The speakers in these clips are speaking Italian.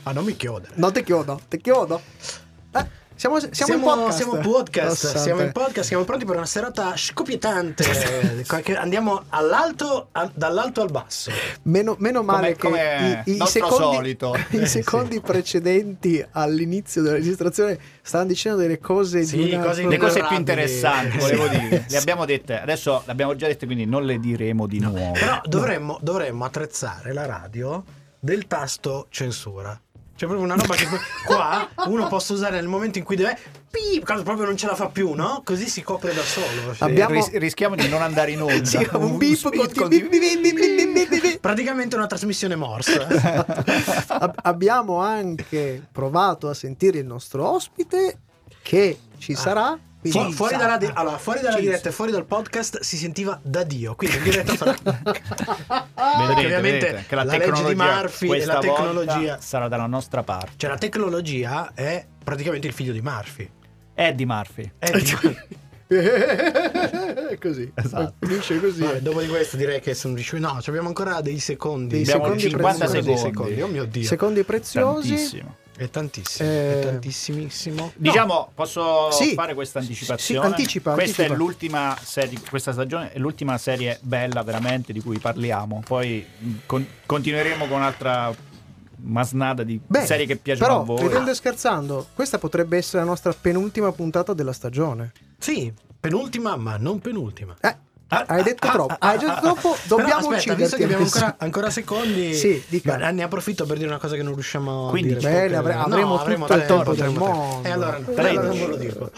Ah, non mi chiudere. Non ti chiodo, ti chiodo. Siamo in podcast. Siamo in podcast, siamo pronti per una serata scoppiettante. Andiamo dall'alto al basso. Meno male come che i secondi precedenti all'inizio della registrazione stavano dicendo delle cose le cose più interessanti, volevo dire. Le abbiamo dette, adesso le abbiamo già dette, quindi non le diremo di nuovo. Però dovremmo attrezzare la radio del tasto censura. C'è proprio una roba che qua uno possa usare nel momento in cui deve quando proprio non ce la fa più, no? Così si copre da solo. Rischiamo di non andare in onda. Sì, un beep praticamente una trasmissione Morse. Abbiamo anche provato a sentire il nostro ospite che ci sarà. Fuori dalla diretta e fuori dal podcast si sentiva da Dio, quindi in diretta vedete che la legge di Murphy e la tecnologia sarà dalla nostra parte. Cioè la tecnologia è praticamente il figlio di Murphy. Eddie Murphy. Così, esatto. Finisce così. Vabbè, dopo di questo direi che sono riusciti. No, abbiamo ancora dei secondi. Abbiamo 50 secondi. Oh mio Dio. Secondi preziosi. Tantissimo. È tantissimo, è tantissimissimo. Diciamo, posso fare questa anticipazione? Sì, anticipa. È l'ultima serie, questa stagione è l'ultima serie bella veramente di cui parliamo. Poi continueremo con un'altra masnada di serie che piacciono a voi. Però, ridendo e scherzando, questa potrebbe essere la nostra penultima puntata della stagione. Sì, penultima, ma non penultima. Hai detto troppo. Hai detto troppo. Dobbiamo ucciderti. Visto che abbiamo ancora secondi, sì, dica. Ne approfitto per dire una cosa che non riusciamo quindi a dire. Bene, avremo tutto il tempo del mondo. E allora non ve lo dico.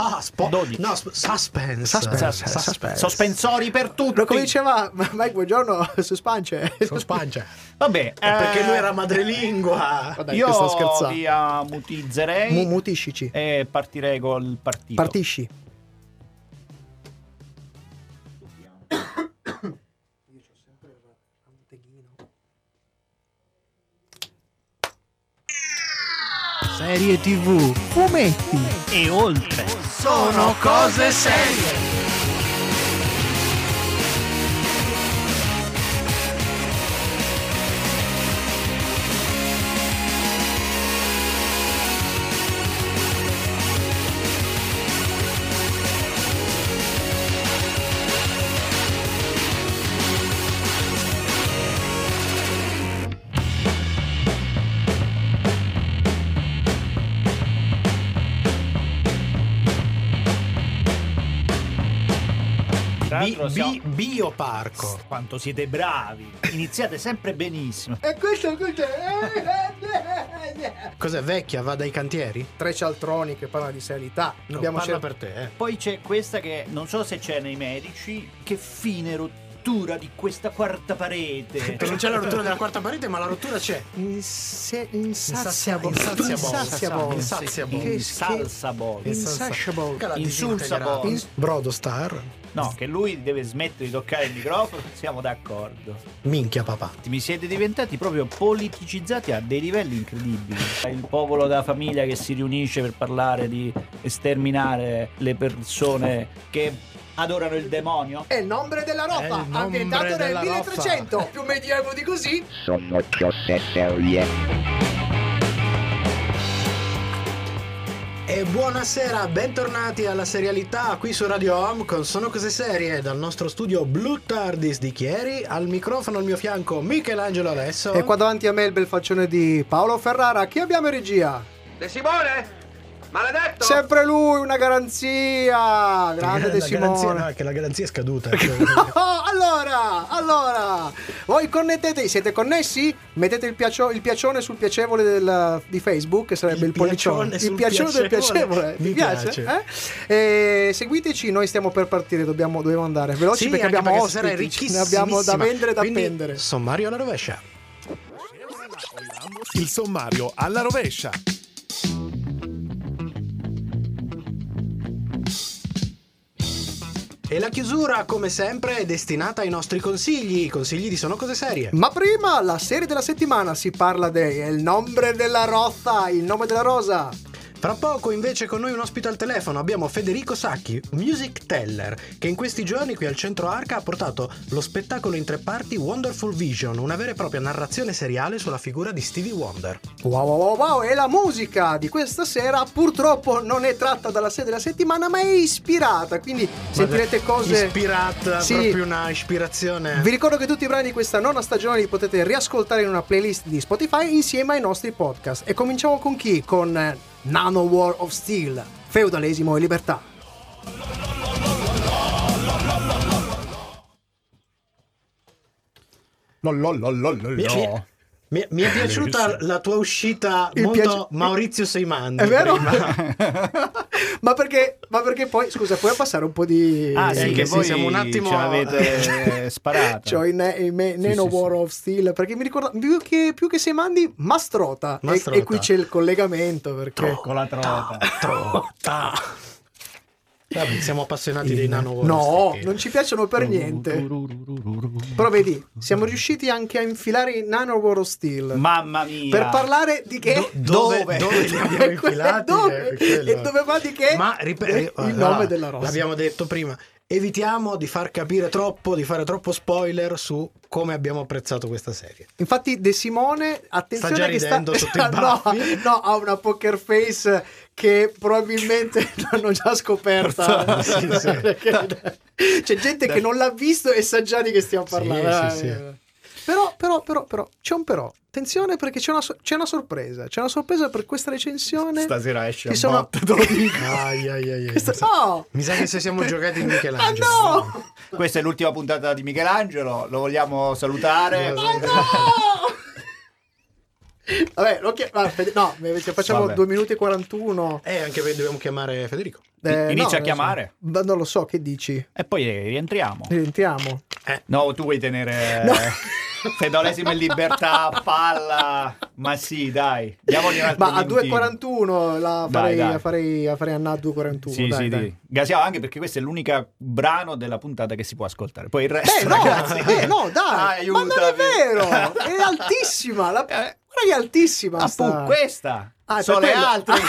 Suspense. Sospensori per tutti. Come diceva Mike buongiorno, suspense. Vabbè, perché lui era madrelingua. Io vi mutizzerei. Mutiscici. E partirei col partito. Partisci. Serie TV, fumetti e oltre. Sono cose serie. Bioparco. Quanto siete bravi. Iniziate sempre benissimo. E questo cos'è vecchia? Va dai cantieri? Tre cialtroni che parlano di serietà. Parla per te. Poi c'è questa che non so se c'è nei medici. Che fine rottura di questa quarta parete. Non c'è la rottura della quarta parete, ma la rottura c'è. Insaziable. Brodostar. No, che lui deve smettere di toccare il microfono, siamo d'accordo. Minchia papà. Mi siete diventati proprio politicizzati a dei livelli incredibili. Il popolo della famiglia che si riunisce per parlare di esterminare le persone che adorano il demonio. È il nome della roba, ambientato nel 1300. Più medievo di così. Sono cose serie. E buonasera, bentornati alla serialità qui su Radio Home con Sono Cose Serie dal nostro studio Blue Tardis di Chieri. Al microfono al mio fianco Michelangelo Alesso. E qua davanti a me il bel faccione di Paolo Ferrara. Chi abbiamo in regia? De Simone? Maledetto! Sempre lui, una garanzia! Grande De Simone. No, è che la garanzia è scaduta. Allora, voi connettetevi, siete connessi? Mettete il piacione sul piacevole di Facebook, che sarebbe il pollicione. Il piacione del piacevole. Vi piace? Seguiteci, noi stiamo per partire, dobbiamo andare veloci perché abbiamo ospiti, ne abbiamo da vendere e da appendere. Sommario alla rovescia. Il sommario alla rovescia. E la chiusura, come sempre, è destinata ai nostri consigli. I consigli di Sono Cose Serie. Ma prima, la serie della settimana, si parla del nombre della rosa, il nome della rosa. Fra poco invece con noi un ospite al telefono abbiamo Federico Sacchi, music teller, che in questi giorni qui al Centro Arca ha portato lo spettacolo in 3 parti Wonderful Vision, una vera e propria narrazione seriale sulla figura di Stevie Wonder. Wow, e la musica di questa sera purtroppo non è tratta dalla serie della settimana, ma è ispirata, quindi sentirete cose ispirata, sì. Proprio una ispirazione. Vi ricordo che tutti i brani di questa nona stagione li potete riascoltare in una playlist di Spotify insieme ai nostri podcast. E cominciamo con chi? Con Nanowar of Steel, feudalesimo e libertà. Mi è piaciuta la tua uscita molto Maurizio Seimandi. È vero? ma perché poi, scusa, puoi passare un po' di... sì, che voi siamo un attimo... ce l'avete sparato. C'ho i Nanowar of Steel, perché mi ricorda più che Seimandi, Mastrota. E qui c'è il collegamento, perché... Con la trota. Vabbè, siamo appassionati dei Nanowar. No, non ci piacciono per niente. Però vedi, siamo riusciti anche a infilare i Nanowar of Steel. Mamma mia. Per parlare di che? Dove li abbiamo infilati? E dove va di che? Ma il nome della rosa. L'abbiamo detto prima. Evitiamo di far capire troppo, di fare troppo spoiler su come abbiamo apprezzato questa serie. Infatti De Simone, attenzione, sta già ridendo sotto i baffi. No, ha una poker face che probabilmente l'hanno già scoperta. Sì. C'è gente che non l'ha visto e sa già di che stiamo parlando. Sì. Però c'è un però. Attenzione, perché c'è una sorpresa. C'è una sorpresa per questa recensione. Stasera esce un bot, te lo dico. No! Mi sa che se siamo giocati in Michelangelo. No! Questa è l'ultima puntata di Michelangelo. Lo vogliamo salutare? No! Vabbè, facciamo 2 minuti e 41. Anche perché dobbiamo chiamare Federico. Inizia a chiamare. Non lo so, che dici? E poi rientriamo. No, tu vuoi tenere feudalesimo e libertà, palla. Ma sì, dai. Ma a 2.41 la farei a 2.41. Sì. Gasiamo, anche perché questo è l'unico brano della puntata che si può ascoltare. Poi il resto, no, ragazzi. no, dai. Ma non è vero. È altissima. Guarda che è altissima. Questa. Sono le altre.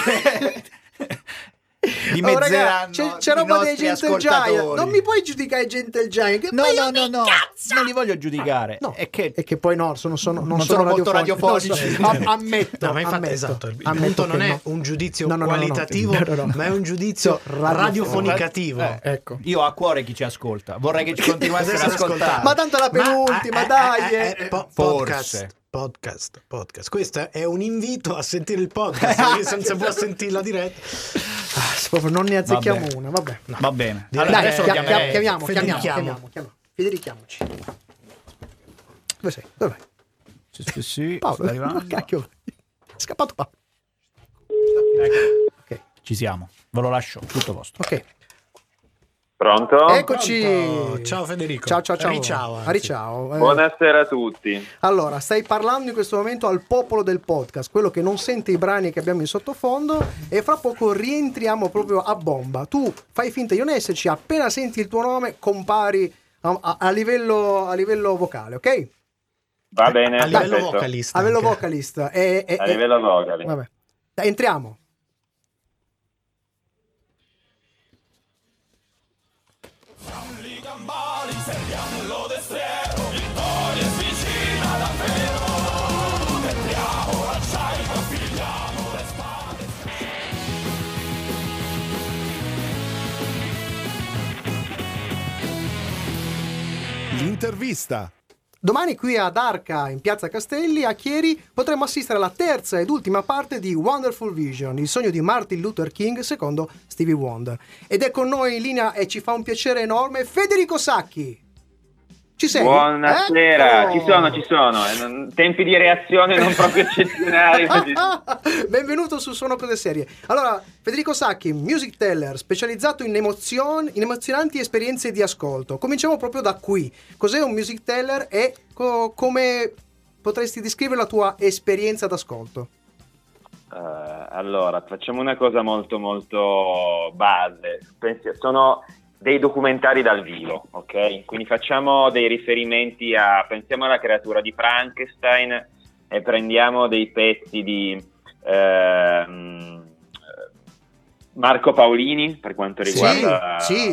Dimezzeranno c'è roba dei Gentle Giant. Non mi puoi giudicare Gentle Giant. No, non li voglio giudicare. No. È che poi non sono molto radiofonici. Ammetto. No, ma infatti esatto. Il punto non è un giudizio qualitativo, ma è un giudizio radiofonicativo. Ecco. Io ho a cuore chi ci ascolta. Vorrei che ci continuasse ad ascoltare. Ma tanto la penultima, dai. Podcast. Questo è un invito a sentire il podcast, senza può sentire la diretta. Non ne azzecchiamo una, vabbè. No. Va bene. Allora, adesso chiamiamo. Federichiamoci. Dove sei? Dove vai? Sì. Paolo, cacchio. È scappato Paolo. Ok, ci siamo. Ve lo lascio, tutto vostro. Ok. Pronto? Eccoci. Pronto. Ciao Federico. Ciao. Ciao. Buonasera a tutti. Allora, stai parlando in questo momento al popolo del podcast, quello che non sente i brani che abbiamo in sottofondo, e fra poco rientriamo proprio a bomba. Tu fai finta di non esserci, appena senti il tuo nome compari a livello vocale, ok? Va bene. A livello vocalista. A livello vocalista. A livello vocali. Vabbè. Entriamo. L'intervista. Domani qui ad Arca, in Piazza Castelli, a Chieri, potremo assistere alla terza ed ultima parte di Wonderful Vision, il sogno di Martin Luther King secondo Stevie Wonder. Ed è con noi in linea, e ci fa un piacere enorme, Federico Sacchi. Ci sei? Buonasera, ci sono. Tempi di reazione non proprio eccezionali. Benvenuto su Sono Cose Serie. Allora, Federico Sacchi, music teller, specializzato in emozionanti esperienze di ascolto. Cominciamo proprio da qui. Cos'è un music teller e come potresti descrivere la tua esperienza d'ascolto? Allora, facciamo una cosa molto molto base. Sono dei documentari dal vivo, ok? Quindi facciamo dei riferimenti pensiamo alla creatura di Frankenstein e prendiamo dei pezzi di Marco Paolini per quanto riguarda sì.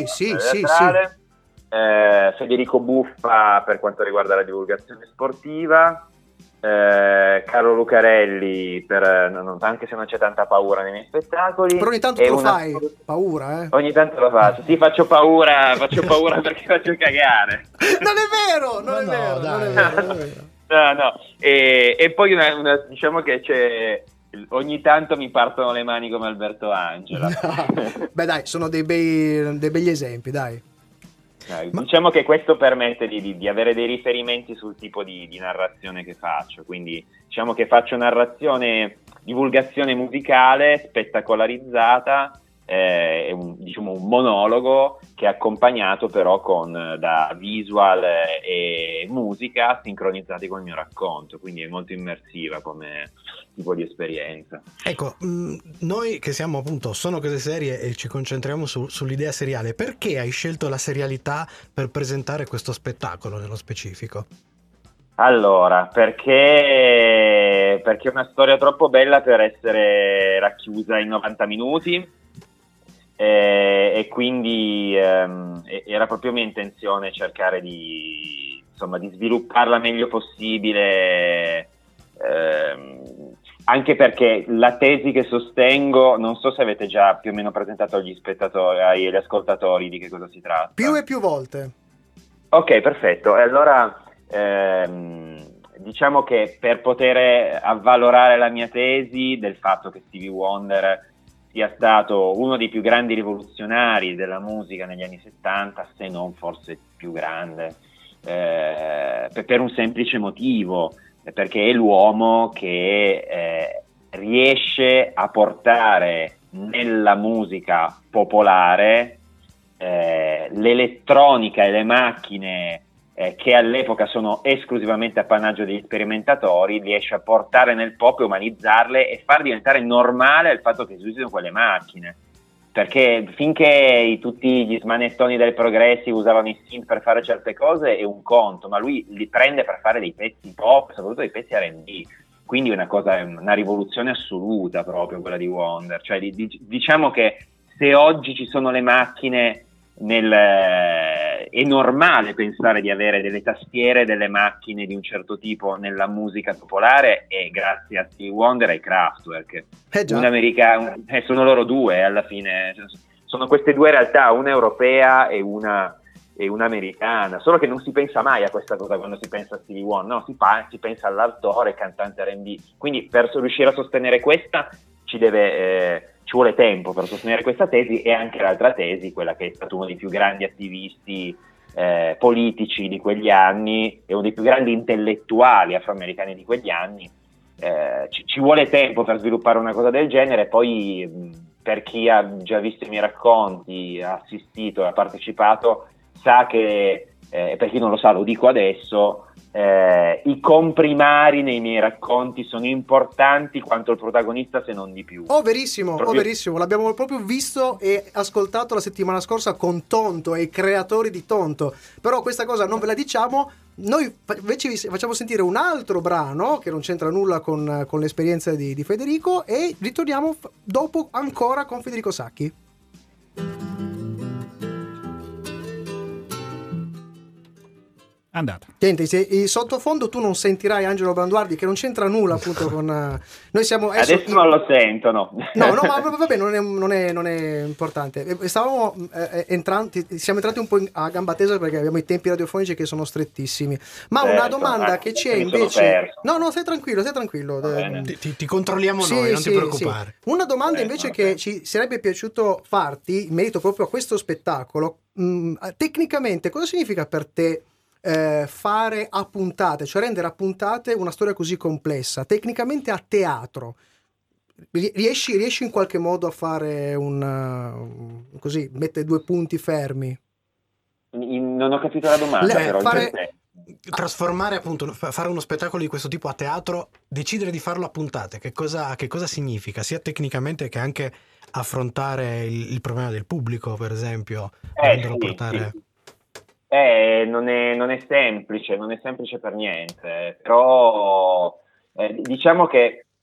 Federico Buffa per quanto riguarda la divulgazione sportiva, Carlo Lucarelli anche se non c'è tanta paura nei miei spettacoli, però ogni tanto tu lo fai paura, ogni tanto lo faccio, sì, faccio paura perché faccio cagare. Non è vero. No. E poi diciamo che c'è, ogni tanto mi partono le mani come Alberto Angela. No. Beh dai, sono dei begli esempi, dai. Diciamo che questo permette di avere dei riferimenti sul tipo di narrazione che faccio, quindi diciamo che faccio narrazione, divulgazione musicale spettacolarizzata, diciamo un monologo che è accompagnato però da visual e musica sincronizzati con il mio racconto, quindi è molto immersiva come tipo di esperienza. Ecco, noi che siamo appunto Sono Cose Serie e ci concentriamo sull'idea seriale, perché hai scelto la serialità per presentare questo spettacolo nello specifico? Allora, perché è una storia troppo bella per essere racchiusa in 90 minuti, e quindi era proprio mia intenzione cercare di svilupparla meglio possibile, anche perché la tesi che sostengo, non so se avete già più o meno presentato agli spettatori, agli ascoltatori di che cosa si tratta. Più e più volte. Ok, perfetto. E allora diciamo che per poter avvalorare la mia tesi del fatto che Stevie Wonder sia stato uno dei più grandi rivoluzionari della musica negli anni 70, se non forse più grande, per un semplice motivo, perché è l'uomo che riesce a portare nella musica popolare l'elettronica e le macchine che all'epoca sono esclusivamente appannaggio degli sperimentatori, riesce a portare nel pop e umanizzarle e far diventare normale il fatto che si usino quelle macchine, perché finché tutti gli smanettoni del progressive usavano i synth per fare certe cose è un conto, ma lui li prende per fare dei pezzi pop, soprattutto dei pezzi R&B, quindi una rivoluzione assoluta proprio quella di Wonder. Cioè diciamo che se oggi ci sono le macchine è normale pensare di avere delle tastiere, delle macchine di un certo tipo nella musica popolare, e grazie a Stevie Wonder e ai Kraftwerk, sono loro due alla fine, sono queste due realtà, una europea e una americana, solo che non si pensa mai a questa cosa quando si pensa a Stevie Wonder, no, si pensa all'autore, cantante R&B, quindi per riuscire a sostenere questa ci vuole tempo per sostenere questa tesi, e anche l'altra tesi, quella che è stato uno dei più grandi attivisti politici di quegli anni e uno dei più grandi intellettuali afroamericani di quegli anni. Ci vuole tempo per sviluppare una cosa del genere. Poi per chi ha già visto i miei racconti, ha assistito e ha partecipato, sa che, per chi non lo sa lo dico adesso, i comprimari nei miei racconti sono importanti quanto il protagonista, se non di più. Verissimo, verissimo, l'abbiamo proprio visto e ascoltato la settimana scorsa con Tonto e i creatori di Tonto, però questa cosa non ve la diciamo. Noi invece vi facciamo sentire un altro brano che non c'entra nulla con l'esperienza di Federico, e ritorniamo dopo ancora con Federico Sacchi. Andata. Senti, se in sottofondo tu non sentirai Angelo Branduardi, che non c'entra nulla appunto con noi siamo adesso non lo sento, no ma vabbè, non è importante. Siamo entrati un po' a gamba tesa perché abbiamo i tempi radiofonici che sono strettissimi, ma una domanda che c'è invece, no, stai tranquillo, ti controlliamo noi, non ti preoccupare. Sì. Una domanda invece che ci sarebbe piaciuto farti in merito proprio a questo spettacolo, tecnicamente cosa significa per te fare a puntate, cioè rendere a puntate una storia così complessa, tecnicamente a teatro? Riesci in qualche modo a fare così, mettere due punti fermi? Non ho capito la domanda, però trasformare appunto, fare uno spettacolo di questo tipo a teatro, decidere di farlo a puntate, che cosa significa, sia tecnicamente che anche affrontare il problema del pubblico, per esempio, portare... Sì. Non è semplice per niente, però diciamo che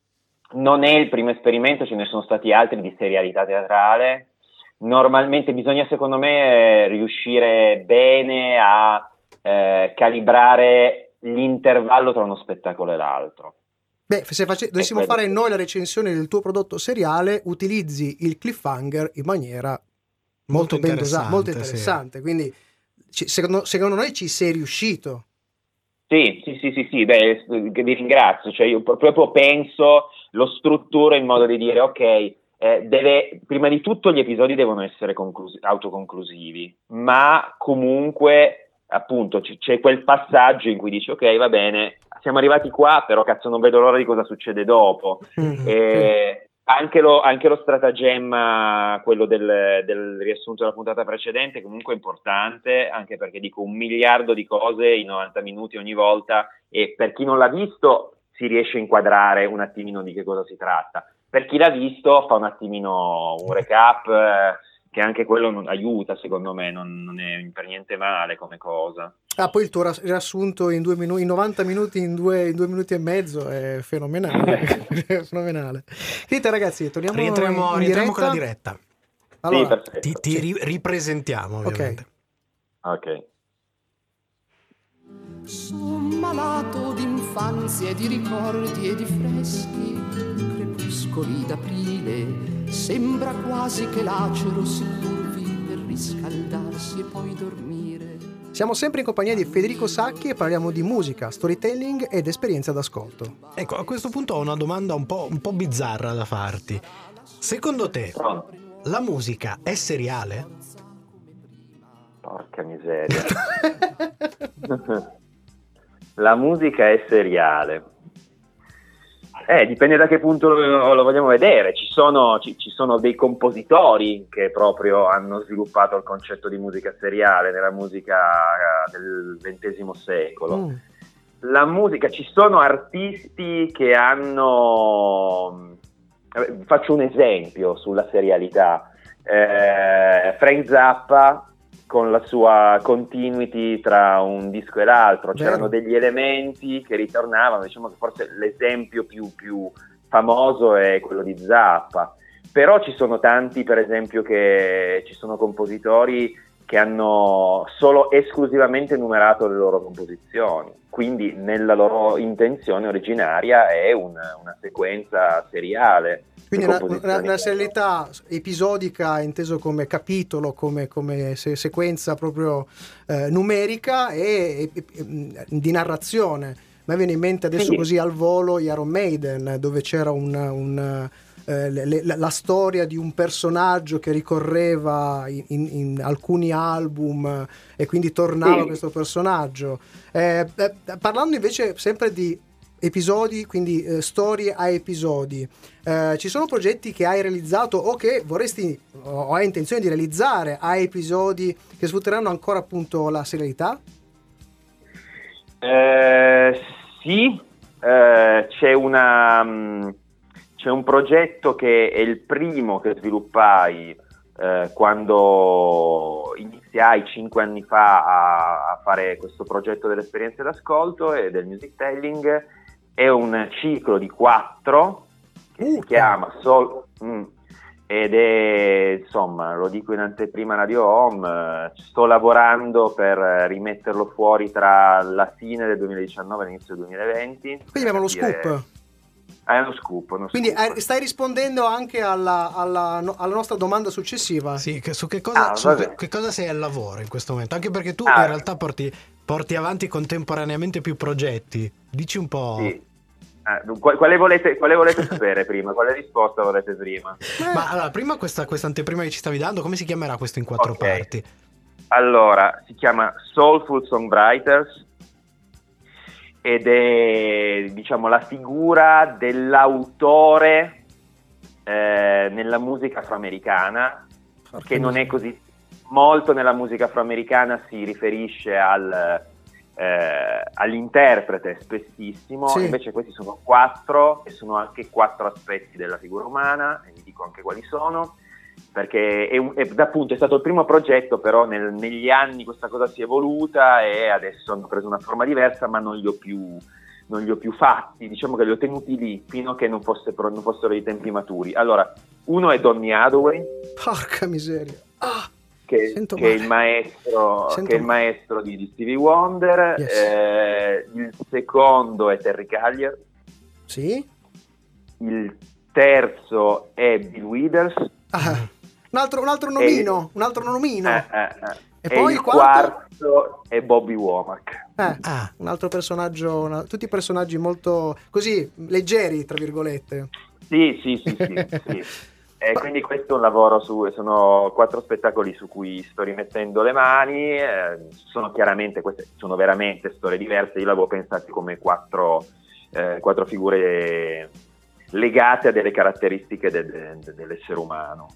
non è il primo esperimento, ce ne sono stati altri di serialità teatrale. Normalmente bisogna, secondo me, riuscire bene a calibrare l'intervallo tra uno spettacolo e l'altro. Beh, se dovessimo fare noi la recensione del tuo prodotto seriale, utilizzi il cliffhanger in maniera molto ben dosata, molto interessante. Sì. Quindi secondo noi ci sei riuscito. Sì, beh, vi ringrazio. Cioè, io proprio penso, lo strutturo in modo di dire, ok, prima di tutto gli episodi devono essere autoconclusivi, ma comunque, appunto, c'è quel passaggio in cui dici, ok, va bene, siamo arrivati qua, però cazzo non vedo l'ora di cosa succede dopo. Anche lo stratagemma, quello del riassunto della puntata precedente, comunque è importante, anche perché dico 1 miliardo di cose in 90 minuti ogni volta, e per chi non l'ha visto si riesce a inquadrare un attimino di che cosa si tratta. Per chi l'ha visto fa un attimino un recap, che anche quello non aiuta, secondo me, non è per niente male come cosa. Poi il tuo riassunto in 2 minuti, in 90 minuti, in 2 minuti e mezzo è fenomenale. È fenomenale. Dite ragazzi, rientriamo con la diretta. Allora, sì, ti ripresentiamo, ovviamente. Ok. Sono malato d'infanzia e di ricordi e di freschi, crepuscoli d'aprile, sembra quasi che l'acero si curvi per riscaldarsi e poi dormire. Siamo sempre in compagnia di Federico Sacchi e parliamo di musica, storytelling ed esperienza d'ascolto. Ecco, a questo punto ho una domanda un po' bizzarra da farti. Secondo te, la musica è seriale? Porca miseria. La musica è seriale. Dipende da che punto lo vogliamo vedere. Ci sono dei compositori che proprio hanno sviluppato il concetto di musica seriale nella musica del XX secolo. La musica, ci sono artisti che hanno... Faccio un esempio sulla serialità. Frank Zappa, con la sua continuity tra un disco e l'altro, c'erano degli elementi che ritornavano. Diciamo che forse l'esempio più famoso è quello di Zappa, però ci sono tanti, per esempio, che ci sono compositori che hanno solo esclusivamente numerato le loro composizioni, quindi nella loro intenzione originaria è una sequenza seriale. Quindi una serialità episodica inteso come capitolo, come sequenza proprio numerica e di narrazione. Mi viene in mente adesso così al volo Iron Maiden, dove c'era la storia di un personaggio che ricorreva in alcuni album e quindi tornava questo personaggio. Parlando invece sempre di episodi, quindi storie a episodi, ci sono progetti che hai realizzato o che vorresti o hai intenzione di realizzare a episodi che sfrutteranno ancora appunto la serialità? Sì, c'è un progetto che è il primo che sviluppai quando iniziai 5 anni fa a fare questo progetto delle esperienze d'ascolto e del music telling. È un ciclo di 4 che si chiama ed è, insomma, lo dico in anteprima Radio Home, sto lavorando per rimetterlo fuori tra la fine del 2019 e l'inizio del 2020. Quindi abbiamo lo scoop. È uno scoop. Quindi stai rispondendo anche alla nostra domanda successiva. Sì, su che cosa sei al lavoro in questo momento? Anche perché tu in realtà porti avanti contemporaneamente più progetti. Dici un po'. Sì. Quale volete sapere prima? Quale risposta volete prima? Ma allora, prima questa anteprima che ci stavi dando, come si chiamerà questo in 4 parti? Allora, si chiama Soulful Songwriters ed è, diciamo, la figura dell'autore nella musica afroamericana, che non è così molto. Nella musica afroamericana si riferisce all'interprete spessissimo, invece questi sono 4 e sono anche 4 aspetti della figura umana, e vi dico anche quali sono, perché appunto è stato il primo progetto, però negli anni questa cosa si è evoluta e adesso hanno preso una forma diversa, ma non li ho più non li ho più fatti, diciamo che li ho tenuti lì fino a che non fossero i tempi maturi. Allora, uno è Donny Hathaway, porca miseria, che è il maestro di Stevie Wonder. Yes. Il secondo è Terry Callier. Sì. Il terzo è Bill Withers. Un altro nomino. E poi il quarto è Bobby Womack. Un altro personaggio, tutti personaggi molto così leggeri, tra virgolette. Sì. E quindi questo è un lavoro sono 4 spettacoli su cui sto rimettendo le mani. Queste sono veramente storie diverse. Io l'avevo pensati come 4 figure legate a delle caratteristiche dell'essere umano.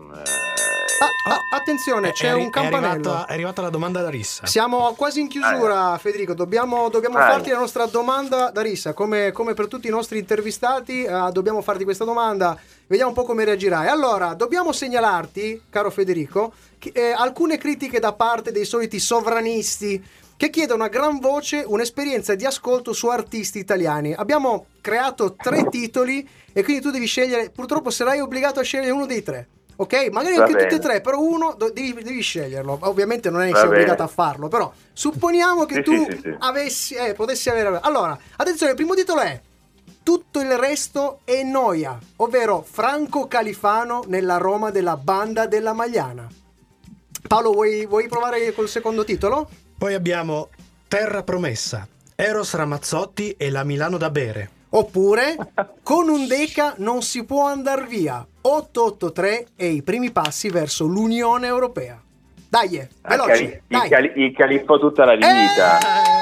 Attenzione, c'è un campanello. È arrivata la domanda da rissa. Siamo quasi in chiusura, Federico. Dobbiamo farti la nostra domanda da rissa. Come per tutti i nostri intervistati, dobbiamo farti questa domanda. Vediamo un po' come reagirai. Allora, dobbiamo segnalarti, caro Federico, alcune critiche da parte dei soliti sovranisti che chiedono a gran voce un'esperienza di ascolto su artisti italiani. Abbiamo creato 3 titoli e quindi tu devi scegliere. Purtroppo sarai obbligato a scegliere uno dei 3. Ok, magari anche tutti e 3, però uno devi sceglierlo. Ovviamente non è che sei obbligato a farlo, però supponiamo che potessi avere. Allora, attenzione, il primo titolo è Tutto il resto è noia, ovvero Franco Califano nella Roma della Banda della Magliana. Paolo, vuoi provare col secondo titolo? Poi abbiamo Terra Promessa, Eros Ramazzotti e la Milano da bere. Oppure Con un Deca non si può andar via, 883 e i primi passi verso l'Unione Europea. Dai, veloci. Il Califfo tutta la vita.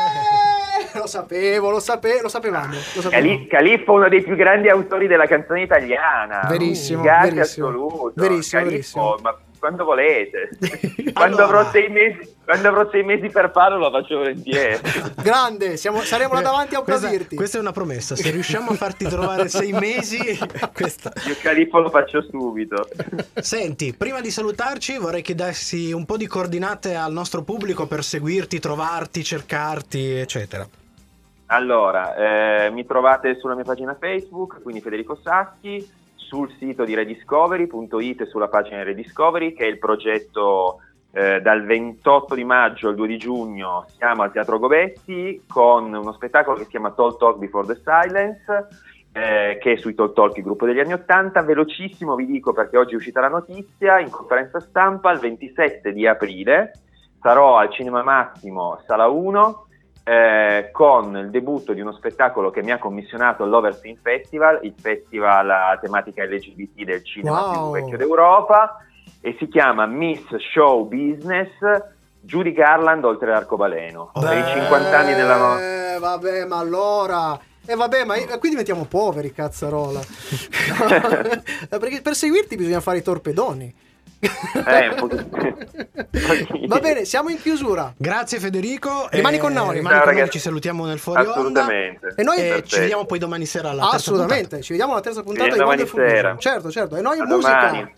Lo sapevamo. Califfo, uno dei più grandi autori della canzone italiana. Verissimo. Assoluto. Verissimo. Ma quando volete. Quando avrò 6 mesi per farlo, lo faccio volentieri. Grande, saremo là davanti a applaudirti. Questa è una promessa. Se riusciamo a farti trovare 6 mesi, Io Califfo lo faccio subito. Senti, prima di salutarci vorrei che dassi un po' di coordinate al nostro pubblico per seguirti, trovarti, cercarti, eccetera. Allora, mi trovate sulla mia pagina Facebook, quindi Federico Sacchi, sul sito di rediscovery.it e sulla pagina di Rediscovery, che è il progetto dal 28 di maggio al 2 di giugno. Siamo al Teatro Gobetti con uno spettacolo che si chiama Tall Talk Before the Silence, che è sui Tall Talk, il gruppo degli anni '80. Velocissimo vi dico, perché oggi è uscita la notizia, in conferenza stampa il 27 di aprile sarò al Cinema Massimo, Sala 1, con il debutto di uno spettacolo che mi ha commissionato l'Over Film Festival, il festival a tematica LGBT del cinema più vecchio d'Europa, e si chiama Miss Show Business, Judy Garland oltre l'arcobaleno, per i 50 anni della vabbè, ma allora ma qui diventiamo poveri, cazzarola. Perché per seguirti bisogna fare i torpedoni. Va bene, siamo in chiusura. Grazie Federico. Rimani con noi. Ci salutiamo nel fuori assolutamente onda. E noi ci vediamo poi domani sera alla terza puntata. Ci vediamo alla terza puntata di domani sera. Certo. E noi in musica. Domani.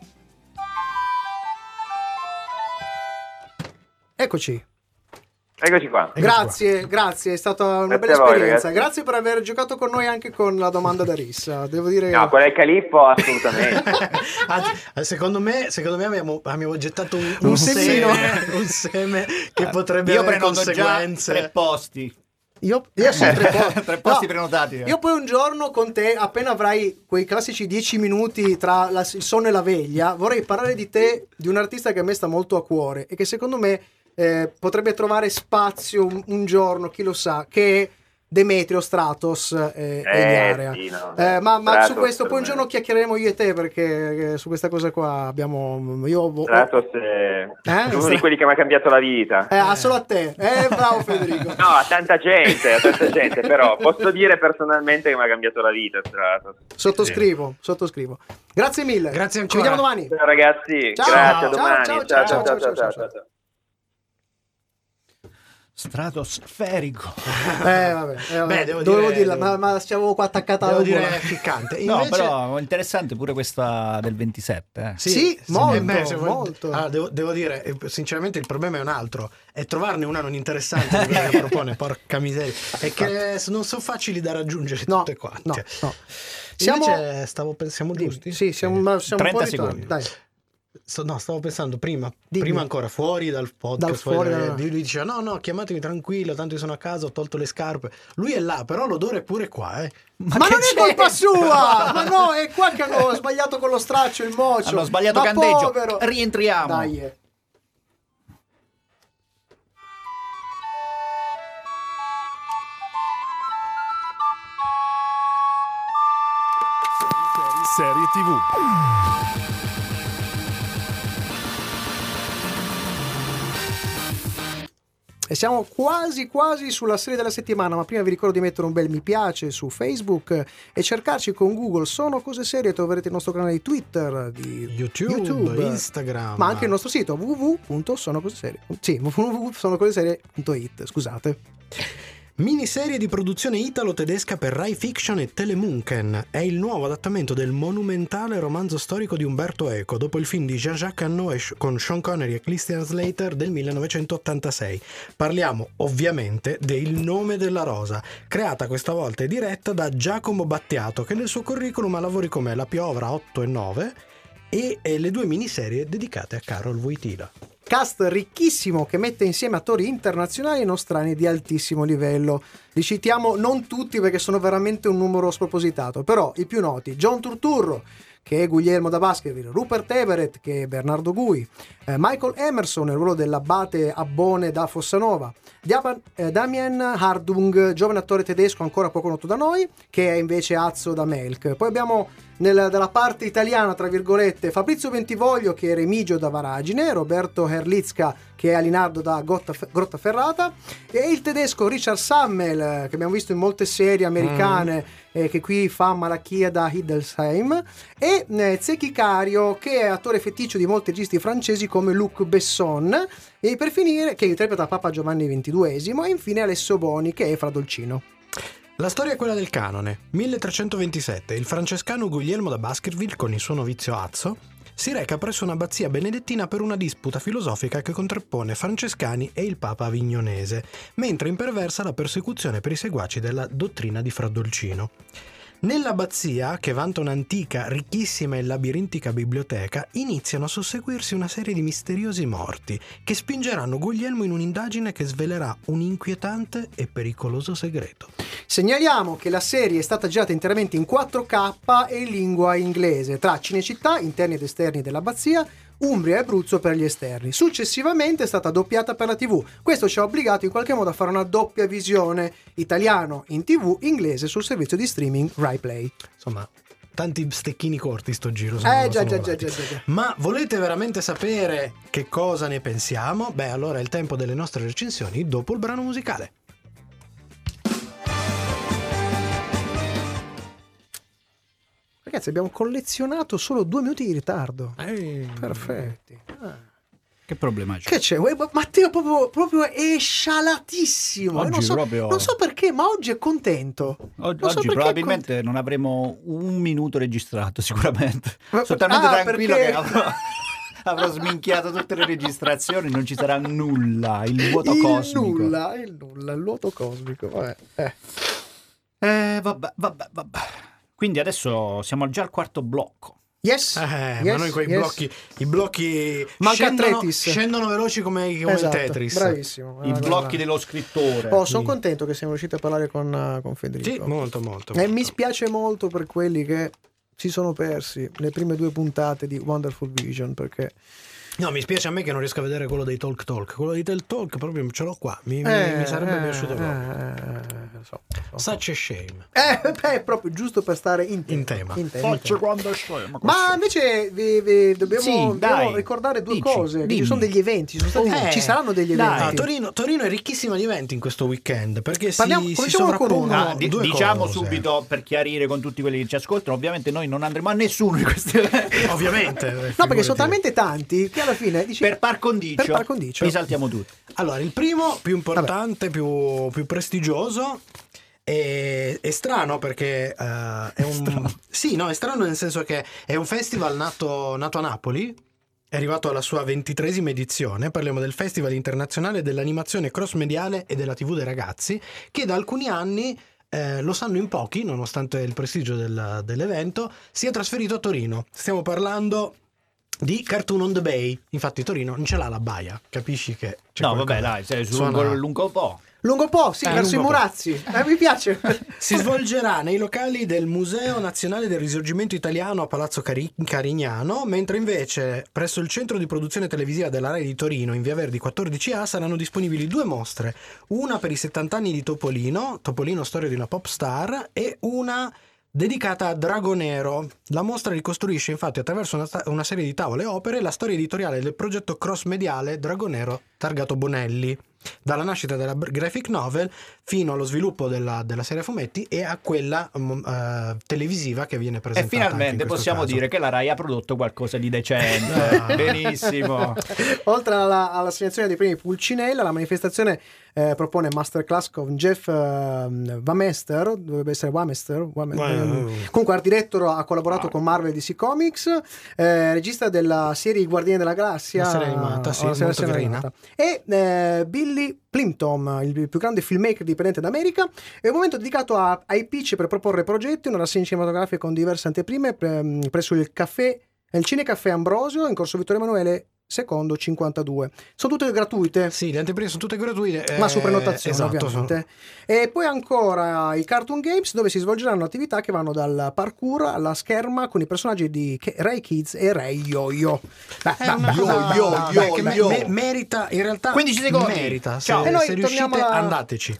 Eccoci qua. Grazie, è stata una bella esperienza. Grazie per aver giocato con noi anche con la domanda da rissa. Devo dire. No, quella è il Califfo, assolutamente. Secondo me abbiamo gettato un seme che potrebbe avere conseguenze. Già 3 posti. Io sono 3 posti prenotati. Io poi un giorno con te, appena avrai quei classici 10 minuti tra il sonno e la veglia, vorrei parlare di te, di un artista che a me sta molto a cuore e che secondo me potrebbe trovare spazio un giorno, chi lo sa, che è Demetrio Stratos e Area. Sì, no, ma su questo poi un giorno chiacchiereremo io e te, perché su questa cosa qua abbiamo Stratos è uno di quelli che mi ha cambiato la vita. Solo a te. Bravo Federico. No, a tanta gente, però posso dire personalmente che mi ha cambiato la vita Stratos. Sottoscrivo. Grazie mille. Grazie ancora. Ci vediamo domani. Ciao ragazzi, ciao. grazie, a domani. Ciao. stratosferico. Vabbè, dovevo dirla, ma siamo qua attaccata alla dire ficcante. No, però interessante pure questa del 27. Sì, molto. Allora, devo dire, sinceramente il problema è un altro, è trovarne una non interessante di quella che propone, porca miseria, è che non sono facili da raggiungere tutte quante. No. Siamo giusti? Sì, siamo un 30 po' secondi. Dai. Stavo pensando prima Dimmi. ancora fuori dal podcast. Lui diceva no, chiamatemi tranquillo, tanto io sono a casa, ho tolto le scarpe. Lui è là, però l'odore è pure qua, Ma non è colpa sua! Ma no, è qua che hanno sbagliato con lo straccio, il mocio. Hanno sbagliato ma candeggio. Povero. Rientriamo. Dai. Serie TV. E siamo quasi sulla serie della settimana, ma prima vi ricordo di mettere un bel mi piace su Facebook e cercarci con Google Sono Cose Serie. Troverete il nostro canale di Twitter, di YouTube, Instagram, ma anche il nostro sito www.sonocoseserie.it. Scusate. Miniserie di produzione italo-tedesca per Rai Fiction e Telemunken. È il nuovo adattamento del monumentale romanzo storico di Umberto Eco dopo il film di Jean-Jacques Annaud con Sean Connery e Christian Slater del 1986. Parliamo ovviamente del Nome della Rosa, creata questa volta e diretta da Giacomo Battiato, che nel suo curriculum ha lavori come La Piovra 8 e 9 e le 2 miniserie dedicate a Carol Wojtyla. Cast ricchissimo che mette insieme attori internazionali e nostrani di altissimo livello. Li citiamo non tutti perché sono veramente un numero spropositato, però i più noti: John Turturro, che è Guglielmo da Baskerville, Rupert Everett, che è Bernardo Gui, Michael Emerson nel ruolo dell'abate Abbone da Fossanova, Damien Hardung, giovane attore tedesco ancora poco noto da noi, che è invece Azzo da Melk. Poi abbiamo dalla parte italiana, tra virgolette, Fabrizio Bentivoglio, che è Remigio da Varagine, Roberto Herlitzka, che è Alinardo da Grottaferrata, e il tedesco Richard Sammel, che abbiamo visto in molte serie americane, che qui fa Malachia da Hildesheim, e Zeki Cario, che è attore feticcio di molti registi francesi come Luc Besson, e per finire che interpreta Papa Giovanni XXII, e infine Alessio Boni, che è Fra Dolcino. La storia è quella del canone. 1327, il francescano Guglielmo da Baskerville, con il suo novizio Azzo, si reca presso un'abbazia benedettina per una disputa filosofica che contrappone francescani e il papa avignonese, mentre imperversa la persecuzione per i seguaci della dottrina di Fra Dolcino. Nell'abbazia, che vanta un'antica, ricchissima e labirintica biblioteca, iniziano a susseguirsi una serie di misteriosi morti che spingeranno Guglielmo in un'indagine che svelerà un inquietante e pericoloso segreto. Segnaliamo che la serie è stata girata interamente in 4K e in lingua inglese, tra Cinecittà, interni ed esterni dell'abbazia, Umbria e Abruzzo per gli esterni. Successivamente è stata doppiata per la TV. Questo ci ha obbligato in qualche modo a fare una doppia visione, italiano in TV, inglese sul servizio di streaming Rai Play. Insomma, tanti stecchini corti sto giro. Già. Ma volete veramente sapere che cosa ne pensiamo? Beh, allora è il tempo delle nostre recensioni dopo il brano musicale. Ragazzi, abbiamo collezionato solo 2 minuti di ritardo. Perfetti. Che problema c'è? Che c'è? Matteo proprio è scialatissimo. Oggi non so perché, ma oggi è contento. Oggi probabilmente non avremo un minuto registrato, sicuramente. Sono talmente tranquillo che avrò sminchiato tutte le registrazioni, non ci sarà nulla, il vuoto cosmico. Il vuoto cosmico. Vabbè. Quindi adesso siamo già al quarto blocco. Yes, ma noi quei blocchi scendono veloci come esatto, Tetris. Bravissimo. I blocchi dello scrittore. Sono contento che siamo riusciti a parlare con Federico. Sì, molto. E mi spiace molto per quelli che si sono persi le prime 2 puntate di Wonderful Vision, perché no, mi spiace a me che non riesco a vedere quello dei Talk. Quello dei Talk proprio ce l'ho qua. Mi sarebbe piaciuto proprio. Such a shame. È proprio giusto per stare in tema. Faccio quando scemo. Ma invece dobbiamo ricordare 2 cose. Ci sono degli eventi, ci saranno degli eventi. Torino è ricchissima di eventi in questo weekend, perché si sovrappongono diciamo cose. Subito, per chiarire con tutti quelli che ci ascoltano, ovviamente noi non andremo a nessuno di questi eventi. Ovviamente. No, perché sono talmente tanti che alla fine dici, per par condicio li saltiamo tutti. Allora, il primo, più importante, più prestigioso, è strano perché è un... Strano. Sì, no, è strano nel senso che è un festival nato a Napoli, è arrivato alla sua 23esima edizione. Parliamo del Festival Internazionale dell'Animazione Cross-Mediale e della TV dei Ragazzi, che da alcuni anni, lo sanno in pochi, nonostante il prestigio dell'evento, si è trasferito a Torino. Stiamo parlando di Cartoon on the Bay. Infatti Torino non ce l'ha la baia, capisci che c'è vabbè, dai, sei lungo un po'. Lungo un po', sì, verso i Murazzi. Mi piace. Si svolgerà nei locali del Museo Nazionale del Risorgimento Italiano a Palazzo Carignano, mentre invece presso il centro di produzione televisiva della Rai di Torino, in Via Verdi 14A, saranno disponibili 2 mostre. Una per i 70 anni di Topolino, storia di una pop star, e una dedicata a Dragonero. La mostra ricostruisce infatti attraverso una serie di tavole e opere la storia editoriale del progetto cross-mediale Dragonero targato Bonelli, dalla nascita della graphic novel fino allo sviluppo della serie a fumetti e a quella televisiva che viene presentata. E finalmente possiamo dire che la Rai ha prodotto qualcosa di decente. Benissimo. Oltre all'assegnazione dei premi Pulcinella, la manifestazione propone masterclass con Jeff Wamester, dovrebbe essere Wamester. Comunque art director, ha collaborato con Marvel e DC Comics, regista della serie I Guardiani della Galassia, una serie animata, sì, molto carina. E Billy Plimpton, il più grande filmmaker dipendente d'America. È un momento dedicato ai pitch per proporre progetti, una rassegna cinematografica con diverse anteprime presso il Cinecaffè Ambrosio in corso Vittorio Emanuele II 52. Sono tutte gratuite. Sì, le anteprime sono tutte gratuite, ma su prenotazione, esatto, ovviamente. E poi ancora i Cartoon Games, dove si svolgeranno attività che vanno dal parkour alla scherma con i personaggi di Ray Kids e Ray Yo-Yo. Merita, in realtà 15 secondi. Merita. Ciao. E noi se riuscite, andateci.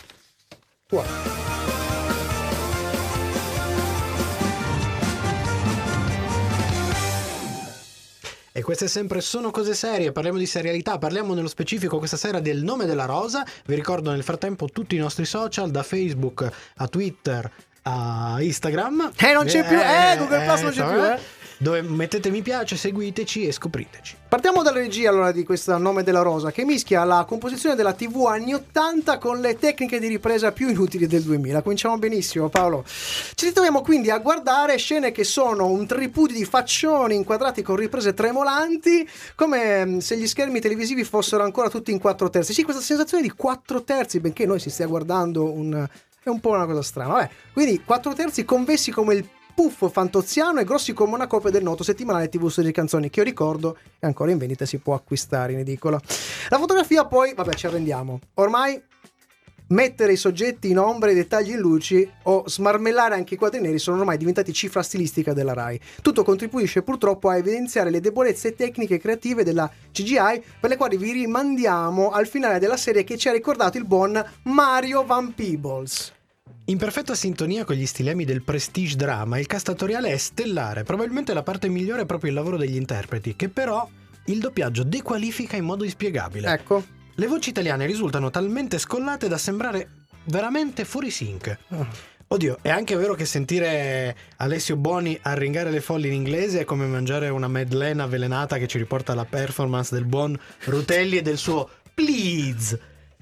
E queste sempre sono cose serie, parliamo di serialità, parliamo nello specifico questa sera del Nome della Rosa. Vi ricordo nel frattempo tutti i nostri social, da Facebook a Twitter a Instagram. Non c'è più, Google Plus non c'è più, dove mettete mi piace, seguiteci e scopriteci. Partiamo dalla regia allora di questo Nome della Rosa, che mischia la composizione della TV anni 80 con le tecniche di ripresa più inutili del 2000. Cominciamo benissimo, Paolo. Ci ritroviamo quindi a guardare scene che sono un tripudio di faccioni inquadrati con riprese tremolanti, come se gli schermi televisivi fossero ancora tutti in 4/3. Sì, questa sensazione di 4/3, benché noi si stia guardando è un po' una cosa strana. Vabbè, quindi 4/3 convessi come il puffo fantoziano e grossi come una copia del noto settimanale TV Storie di Canzoni, che io ricordo è ancora in vendita, si può acquistare in edicola. La fotografia poi, vabbè, ci arrendiamo. Ormai mettere i soggetti in ombre, i dettagli in luci o smarmellare anche i quadri neri sono ormai diventati cifra stilistica della Rai. Tutto contribuisce purtroppo a evidenziare le debolezze tecniche e creative della CGI, per le quali vi rimandiamo al finale della serie che ci ha ricordato il buon Mario Van Peebles. In perfetta sintonia con gli stilemi del prestige drama, il cast attoriale è stellare. Probabilmente la parte migliore è proprio il lavoro degli interpreti, che però il doppiaggio dequalifica in modo inspiegabile. Ecco. Le voci italiane risultano talmente scollate da sembrare veramente fuori sync. Oddio, è anche vero che sentire Alessio Boni arringare le folli in inglese è come mangiare una madeleine avvelenata che ci riporta alla performance del buon Rutelli e del suo Please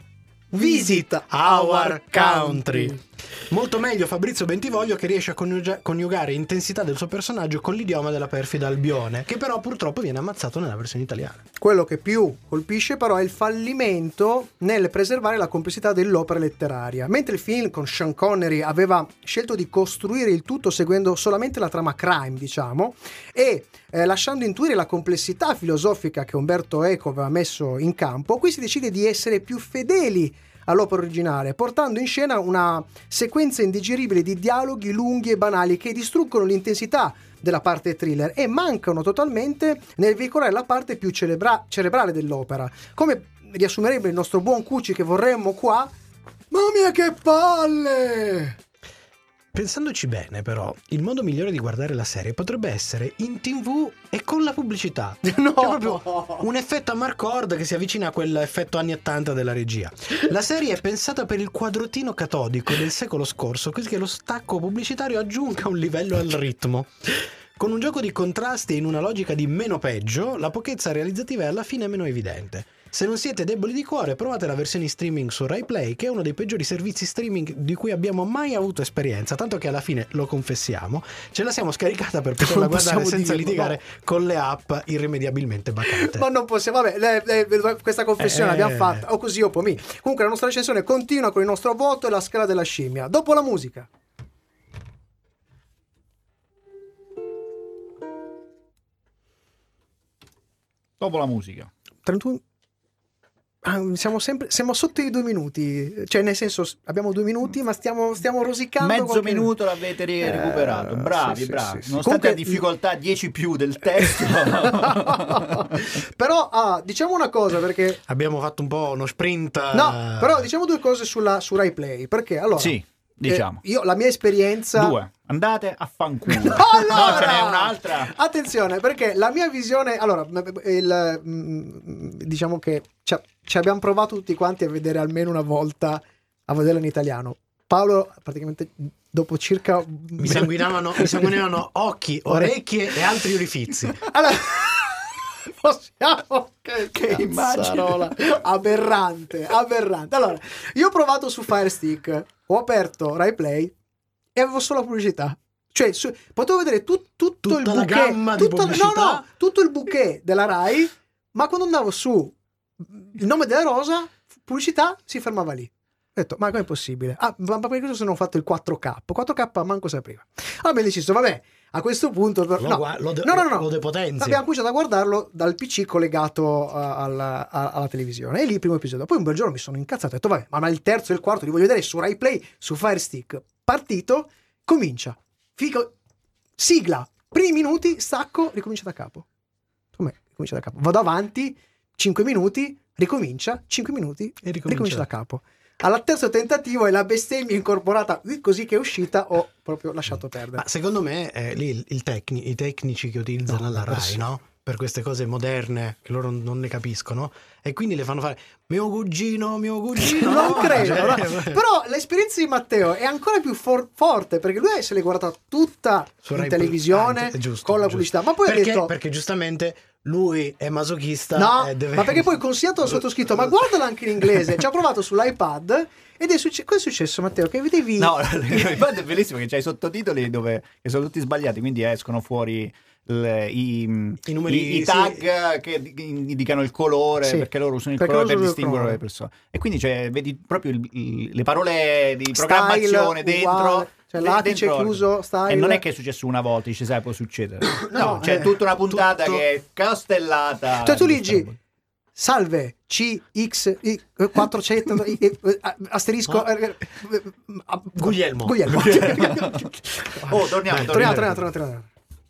Visit Our Country. Molto meglio Fabrizio Bentivoglio, che riesce a coniugare intensità del suo personaggio con l'idioma della perfida Albione, che però purtroppo viene ammazzato nella versione italiana. Quello che più colpisce però è il fallimento nel preservare la complessità dell'opera letteraria. Mentre il film con Sean Connery aveva scelto di costruire il tutto seguendo solamente la trama crime, diciamo, e lasciando intuire la complessità filosofica che Umberto Eco aveva messo in campo, qui si decide di essere più fedeli all'opera originale, portando in scena una sequenza indigeribile di dialoghi lunghi e banali che distruggono l'intensità della parte thriller e mancano totalmente nel veicolare la parte più cerebrale dell'opera. Come riassumerebbe il nostro buon Cucci, che vorremmo qua: mamma mia che palle! Pensandoci bene, però, il modo migliore di guardare la serie potrebbe essere in TV e con la pubblicità. No! C'è proprio un effetto a Marcord che si avvicina a quell'effetto anni 80 della regia. La serie è pensata per il quadrotino catodico del secolo scorso, così che lo stacco pubblicitario aggiunga un livello al ritmo. Con un gioco di contrasti e in una logica di meno peggio, la pochezza realizzativa è alla fine meno evidente. Se non siete deboli di cuore, provate la versione streaming su Rai Play, che è uno dei peggiori servizi streaming di cui abbiamo mai avuto esperienza, tanto che alla fine, lo confessiamo, ce la siamo scaricata per poterla guardare senza litigare con le app irrimediabilmente bacate. Ma non possiamo, vabbè, questa confessione l'abbiamo fatta, o così o poi. Comunque la nostra recensione continua con il nostro voto e la scala della scimmia. Dopo la musica. Dopo la musica. 31. Siamo sotto i 2 minuti, cioè nel senso abbiamo 2 minuti, ma stiamo rosicando. Mezzo minuto l'avete recuperato. Bravi, sì, bravi. Sì. Nonostante la difficoltà 10 più del testo. Però diciamo una cosa, perché abbiamo fatto un po' uno sprint. No, però diciamo 2 cose su Rai Play, perché allora sì, diciamo. io la mia esperienza 2. Andate a fanculo. Allora, no, ce n'è un'altra. Attenzione, perché la mia visione, allora, diciamo che ci abbiamo provato tutti quanti a vedere almeno una volta, a vederla in italiano. Paolo praticamente dopo circa mi sanguinavano occhi, orecchie e altri orifizi. Allora, possiamo che immagine aberrante. Allora, io ho provato su Fire Stick, ho aperto Rai Play e avevo solo la pubblicità. Cioè, potevo vedere tutto il bouquet, la gamma di pubblicità. tutto il bouquet della Rai, ma quando andavo su Il nome della rosa, pubblicità, si fermava lì. Ho detto, ma com'è possibile? Ma per questo se non ho fatto il 4K. 4K manco si apriva. Allora abbiamo deciso, vabbè, a questo punto lo depotenzi. Abbiamo cominciato a guardarlo dal PC collegato alla televisione. E lì il primo episodio. Poi un bel giorno mi sono incazzato, ho detto, vabbè, ma il terzo e il quarto li voglio vedere su Rai Play, su Fire Stick. Partito, comincia. Fico, sigla, primi minuti, stacco, ricomincia da capo. Com'è? Ricomincia da capo. Vado avanti, 5 minuti, ricomincia, 5 minuti e ricomincia da capo. Al terzo tentativo e la bestemmia incorporata così che è uscita, ho proprio lasciato perdere. Ma secondo me lì i tecnici che utilizzano la Rai, no? Per queste cose moderne che loro non ne capiscono, e quindi le fanno fare mio cugino non credo, no? Però l'esperienza di Matteo è ancora più forte, perché lui se l'è guardata tutta in televisione con la pubblicità, ma poi ha detto, perché giustamente lui è masochista, no, ma perché poi consigliato al sottoscritto, ma guardalo anche in inglese. Ci ha provato sull'iPad ed cosa è successo, Matteo? Che vedevi? No, l'iPad è bellissimo, che c'hai i sottotitoli che sono tutti sbagliati, quindi escono fuori i tag che indicano il colore, perché loro usano il colore per distinguere le persone, e quindi vedi proprio le parole di programmazione dentro, cioè l'apice chiuso, style. E non è che è successo una volta, dice sai, può succedere. No, c'è tutta una puntata che è castellata. Cioè tu leggi salve CX 400 asterisco Guglielmo. Oh, torniamo.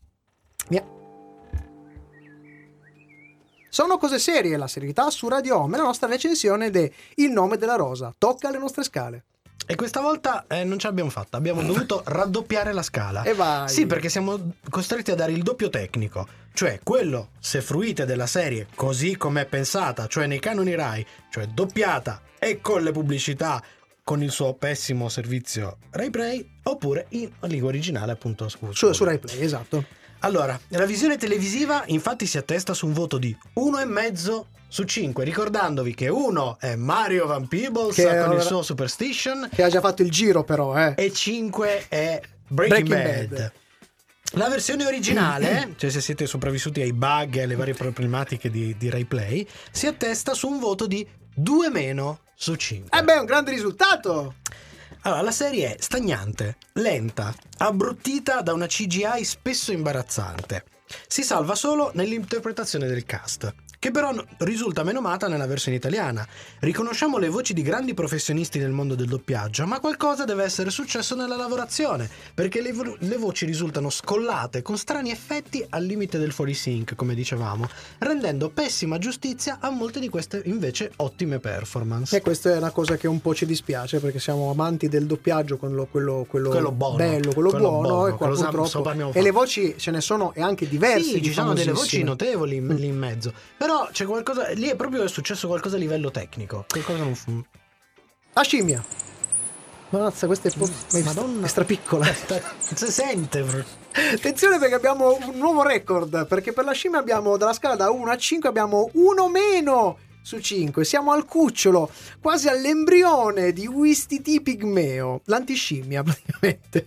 Sono cose serie, la serietà su Radio Home, la nostra recensione de Il nome della rosa tocca le nostre scale. E questa volta non ce l'abbiamo fatta, abbiamo dovuto raddoppiare la scala. E vai. Sì, perché siamo costretti a dare il doppio tecnico, cioè quello se fruite della serie così com'è pensata, cioè nei canoni Rai, cioè doppiata e con le pubblicità, con il suo pessimo servizio Rai Play, oppure in lingua originale, appunto, su Rai Play, esatto. Allora, la visione televisiva infatti si attesta su un voto di 1,5 su 5, ricordandovi che 1 è Mario Van Peebles con il suo Superstition, che ha già fatto il giro però, e 5 è Breaking Bad. La versione originale, cioè se siete sopravvissuti ai bug e alle varie problematiche di Rai Play, si attesta su un voto di 2- su 5. È un grande risultato! Allora, la serie è stagnante, lenta, abbruttita da una CGI spesso imbarazzante. Si salva solo nell'interpretazione del cast, che però risulta menomata nella versione italiana. Riconosciamo le voci di grandi professionisti nel mondo del doppiaggio, ma qualcosa deve essere successo nella lavorazione, perché le voci risultano scollate, con strani effetti al limite del fuori sync, come dicevamo, rendendo pessima giustizia a molte di queste invece ottime performance. E questa è una cosa che un po' ci dispiace, perché siamo amanti del doppiaggio, quello buono, bello, quello buono, e qua purtroppo e le voci ce ne sono, e anche diverse. Sì, ci sono delle voci notevoli lì in mezzo, però c'è qualcosa lì, è proprio successo qualcosa a livello tecnico, qualcosa non la scimmia, mazza, questa è Madonna, è strapiccola, si sente. Attenzione, perché abbiamo un nuovo record, perché per la scimmia abbiamo, dalla scala da 1 a 5 abbiamo 1 meno, su 5. Siamo al cucciolo, quasi all'embrione di Ouistiti pigmeo, l'antiscimmia praticamente.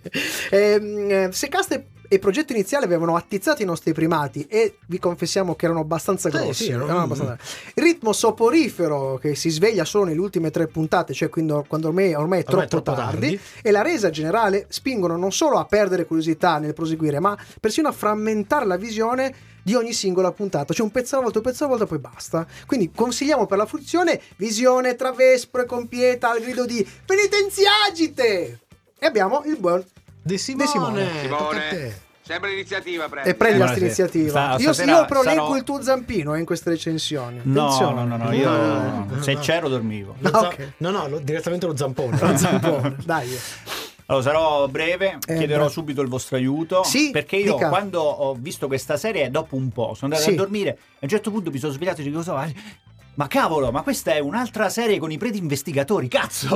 Se cast e progetto iniziale avevano attizzato i nostri primati e vi confessiamo che erano abbastanza grossi. Sì, erano abbastanza... Il ritmo soporifero che si sveglia solo nelle ultime 3 puntate, cioè quando ormai è troppo tardi, e la resa generale spingono non solo a perdere curiosità nel proseguire, ma persino a frammentare la visione di ogni singola puntata, cioè un pezzo alla volta, poi basta. Quindi consigliamo per la fruizione Visione tra Vespro e Compieta al grido di penitenziagite! E abbiamo il buon De Simone. Simone, sempre l'iniziativa, e prendi la iniziativa. Io però leggo sarò... il tuo zampino in queste recensioni. No, io se c'ero dormivo. Okay. No, direttamente lo zampone. Dai. Allora, sarò breve, chiederò subito il vostro aiuto, sì, perché io quando ho visto questa serie, dopo un po', sono andato a dormire e a un certo punto mi sono svegliato e dico, ma cavolo, ma questa è un'altra serie con i preti investigatori, cazzo!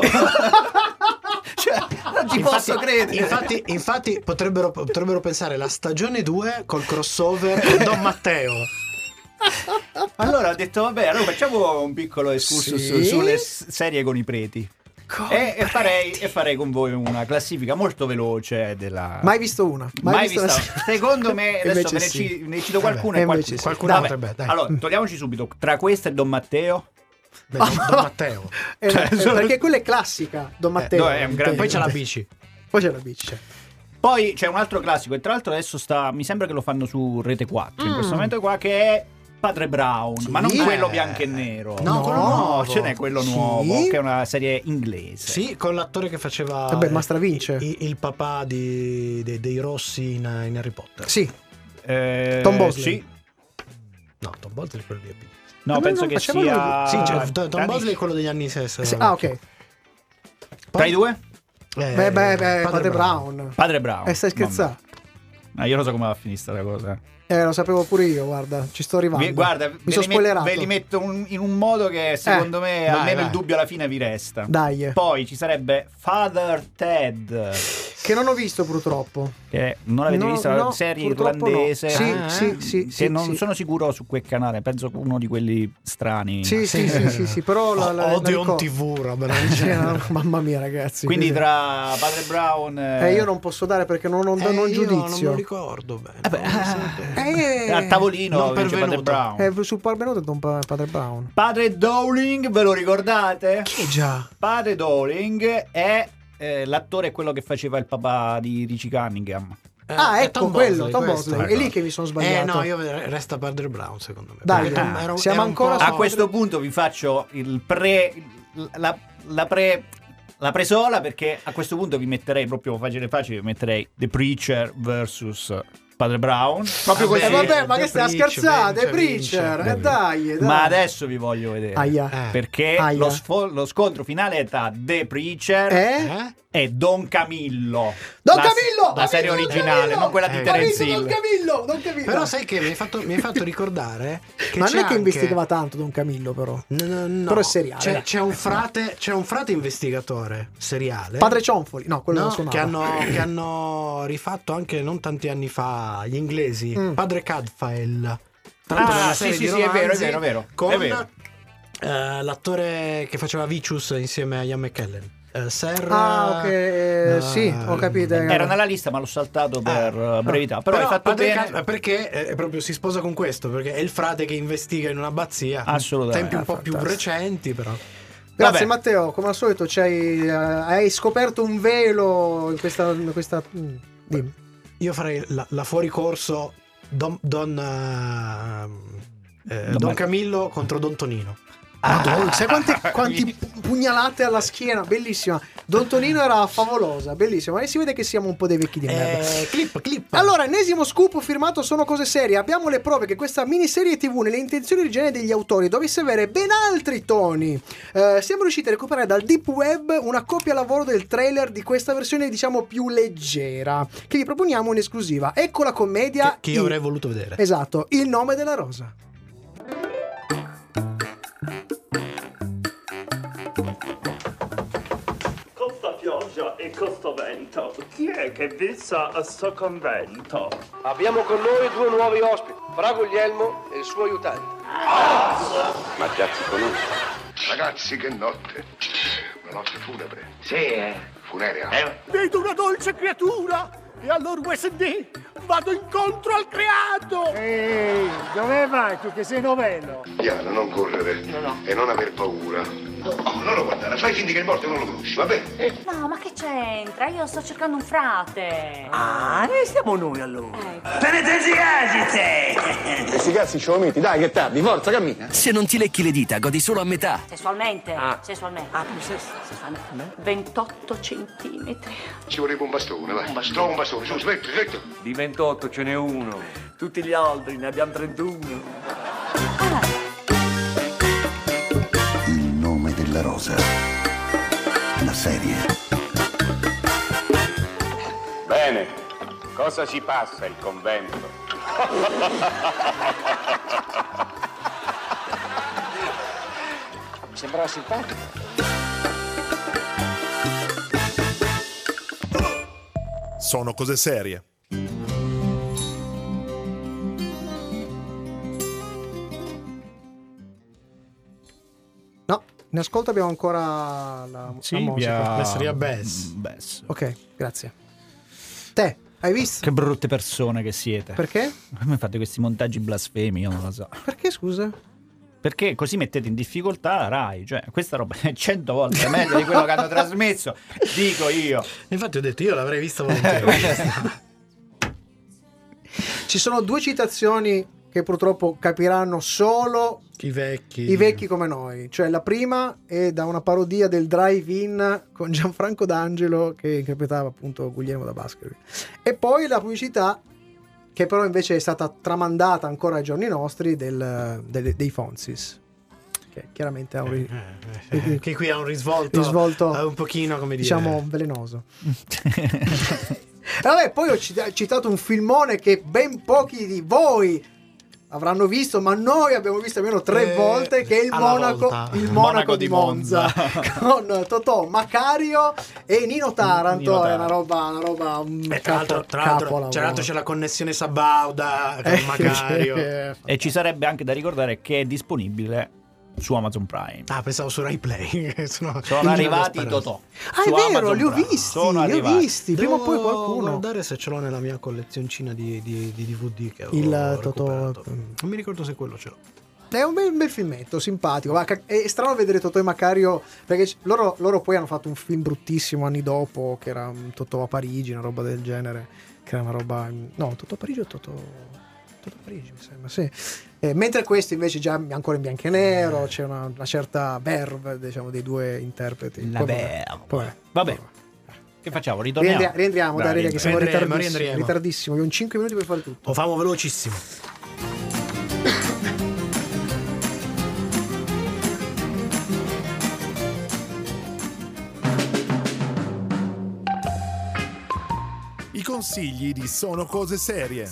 Cioè, non ci posso credere. Infatti potrebbero pensare la stagione 2 col crossover con Don Matteo. Allora ho detto, vabbè, allora facciamo un piccolo excursus sulle serie con i preti. E farei con voi una classifica molto veloce della... Mai visto una. Mai vista. Secondo me, adesso ne cito qualcuna e qualcuna potrebbe, dai. Allora, togliamoci subito. Tra queste e Don Matteo. Don Matteo. Perché quella è classica, Don Matteo. Poi c'è la bici. Poi c'è un altro classico, e tra l'altro adesso mi sembra che lo fanno su Rete 4 in questo momento qua, che è Padre Brown, ma non quello bianco e nero. No, quello nuovo. Ce n'è quello nuovo, che è una serie inglese. Sì, con l'attore che faceva Mastra Vince, il papà dei Rossi in Harry Potter. Sì. Tom Bosley. Sì. No, Tom Bosley è quello di No, penso che sia... Sì, Tom Bosley è quello degli anni 60. Ah, ok. Tra i due? Padre Brown. Padre Brown. Stai scherzando? Io non so come va a finire sta cosa. Lo sapevo pure io, guarda, ci sto arrivando. Guarda, mi sono spoilerato. Ve li metto in un modo che secondo me almeno il dubbio alla fine vi resta. Dai. Poi ci sarebbe Father Ted, che non ho visto purtroppo. Che non avete visto, la serie irlandese? No. Sì. Che non sono sicuro su quel canale, penso uno di quelli strani. Sì, però Odeon TV, mamma mia, ragazzi. Quindi tra Padre Brown io non posso dare perché non giudizio. Non me lo ricordo bene. a tavolino vince Padre Brown. Sul pervenuto è Padre Brown. Padre Dowling, ve lo ricordate? Che già? Padre Dowling è l'attore, è quello che faceva il papà di Richie Cunningham. Ecco, quello, Tom Bosley. È lì che mi sono sbagliato. No, io resta Padre Brown secondo me. Dai, siamo ancora a questo punto vi faccio la presola, perché a questo punto vi metterei proprio facile, vi metterei The Preacher vs Padre Brown, proprio così. Vabbè, ma che stai scherzando? The Preacher, dai. Ma adesso vi voglio vedere perché lo scontro finale è tra The Preacher e Don Camillo. La serie originale, non quella di Terence Hill. Don Camillo. Però sai che mi hai fatto ricordare che ma non è che investigava tanto Don Camillo, però. No. Però è seriale. C'è un frate investigatore seriale. Padre Cionfoli. No, quello non che hanno rifatto anche non tanti anni fa gli inglesi. Padre Cadfael. Sì, è vero. Con l'attore che faceva Vicious insieme a Ian McKellen. Ok, sì, ho capito. Era nella lista, ma l'ho saltato per brevità. Però hai fatto bene, perché proprio si sposa con questo, perché è il frate che investiga in un'abbazia. Assolutamente. Tempi un po' più recenti, però. Grazie. Vabbè. Matteo, come al solito hai scoperto un velo in questa dimmi. Io farei la fuoricorso Don Camillo contro Don Tonino. Sai quanti pugnalate alla schiena, bellissima. Don Tonino era favolosa, bellissima. E si vede che siamo un po' dei vecchi di merda. Clip. Allora, ennesimo scoop firmato Sono Cose Serie. Abbiamo le prove che questa miniserie TV, nelle intenzioni originali degli autori, dovesse avere ben altri toni. Siamo riusciti a recuperare dal deep web una copia lavoro del trailer di questa versione, diciamo, più leggera, che vi proponiamo in esclusiva. Ecco la commedia che io avrei voluto vedere. Esatto, Il nome della rosa. E questo vento, chi è che vissa a sto convento? Abbiamo con noi 2 nuovi ospiti, Fra Guglielmo e il suo aiutante. Ma già si conosce. Ragazzi, che notte. Una notte funebre. Sì, Funerea. Vedo una dolce creatura e allora USD vado incontro al creato. Ehi, dove vai tu che sei novello? Diana, non correre. No. E non aver paura. Oh, non lo guardare, fai finta che il morto non lo conosci, va bene? No, ma che c'entra? Io sto cercando un frate. Ah, ne siamo noi allora. Questi cazzi sciomiti, dai che tardi, forza, cammina. Se non ti lecchi le dita, godi solo a metà. Sessualmente? Sessualmente. Ah, tu sei... 28 centimetri. Ci vorrebbe un bastone, vai. Trova un bastone, su, smetto. Di 28 ce n'è uno. Tutti gli altri ne abbiamo 31. Il nome della rosa. La serie. Bene, cosa ci passa il convento? Mi sembrava simpatico. Sono cose serie. No, in ascolto abbiamo ancora la musica. Messeria Bess. Ok, grazie. Te, hai visto? Che brutte persone che siete. Perché? Come fate questi montaggi blasfemi? Io non lo so. Perché, scusa? Perché così mettete in difficoltà la Rai. Cioè, questa roba è 100 volte meglio di quello che hanno trasmesso. Dico io. Infatti ho detto, io l'avrei vista volentieri. Ci sono due citazioni che purtroppo capiranno solo I vecchi come noi. Cioè la prima è da una parodia del Drive-In con Gianfranco D'Angelo che interpretava appunto Guglielmo da Baskerville. E poi la pubblicità che però invece è stata tramandata ancora ai giorni nostri dei Fonzis, che chiaramente ha che qui ha un risvolto un pochino, come dire, diciamo velenoso. E vabbè, poi ho citato un filmone che ben pochi di voi avranno visto, ma noi abbiamo visto almeno 3 volte, che è il Monaco di Monza con Totò, Macario e Nino Taranto. È una roba tra l'altro c'è la connessione Sabauda con Macario. E ci sarebbe anche da ricordare che è disponibile su Amazon Prime. Pensavo su Rai Play. Sono arrivati i Totò. È vero, Amazon li ho Prime. visti. Prima o poi qualcuno. Guardare se ce l'ho nella mia collezioncina di DVD che ho il Totò. Non mi ricordo se quello ce l'ho. È un bel filmetto, simpatico. È strano vedere Totò e Macario, perché loro poi hanno fatto un film bruttissimo anni dopo, che era Totò a Parigi, una roba del genere, che era una roba... No, Totò a Parigi o Totò a Parigi, mi sembra, sì. Mentre questo invece già ancora in bianco e nero, c'è una certa verve, diciamo, dei due interpreti. La verve. Vabbè. Che facciamo? Ritorniamo? Rientriamo, dai, che siamo ritardissimo. Ritardissimo. Abbiamo 5 minuti per fare tutto. Lo famo velocissimo. I consigli di Sono cose serie.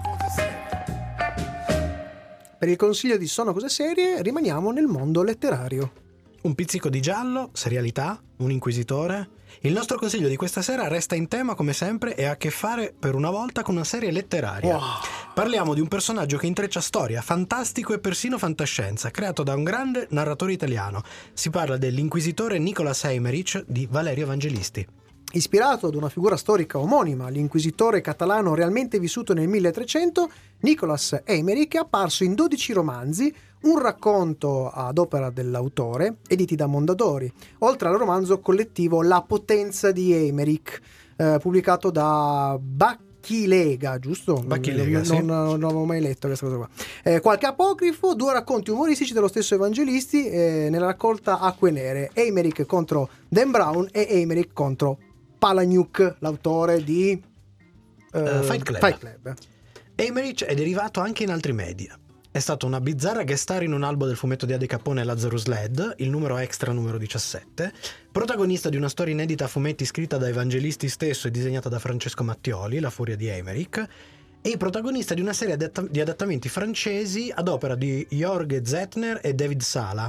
Per il consiglio di Sono cose serie rimaniamo nel mondo letterario. Un pizzico di giallo, serialità, un inquisitore. Il nostro consiglio di questa sera resta in tema come sempre e ha a che fare per una volta con una serie letteraria. Wow. Parliamo di un personaggio che intreccia storia, fantastico e persino fantascienza, creato da un grande narratore italiano. Si parla dell'inquisitore Nicolas Eymerich di Valerio Evangelisti. Ispirato ad una figura storica omonima, l'inquisitore catalano realmente vissuto nel 1300, Nicolas Eymerich è apparso in 12 romanzi, un racconto ad opera dell'autore, editi da Mondadori, oltre al romanzo collettivo La potenza di Eymerich, pubblicato da Bacchilega, giusto? Bacchilega, sì. Non avevo mai letto questa cosa qua. Qualche apocrifo, 2 racconti umoristici dello stesso Evangelisti nella raccolta Acque Nere, Eymerich contro Dan Brown e Eymerich contro Palahniuk, l'autore di Fight Club. Eymerich è derivato anche in altri media. È stato una bizzarra guest star in un albo del fumetto di Ade Capone Lazarus Led, il numero extra numero 17, protagonista di una storia inedita a fumetti scritta da Evangelisti stesso e disegnata da Francesco Mattioli, La furia di Eymerich, e protagonista di una serie di adattamenti francesi ad opera di Jorge Zettner e David Sala,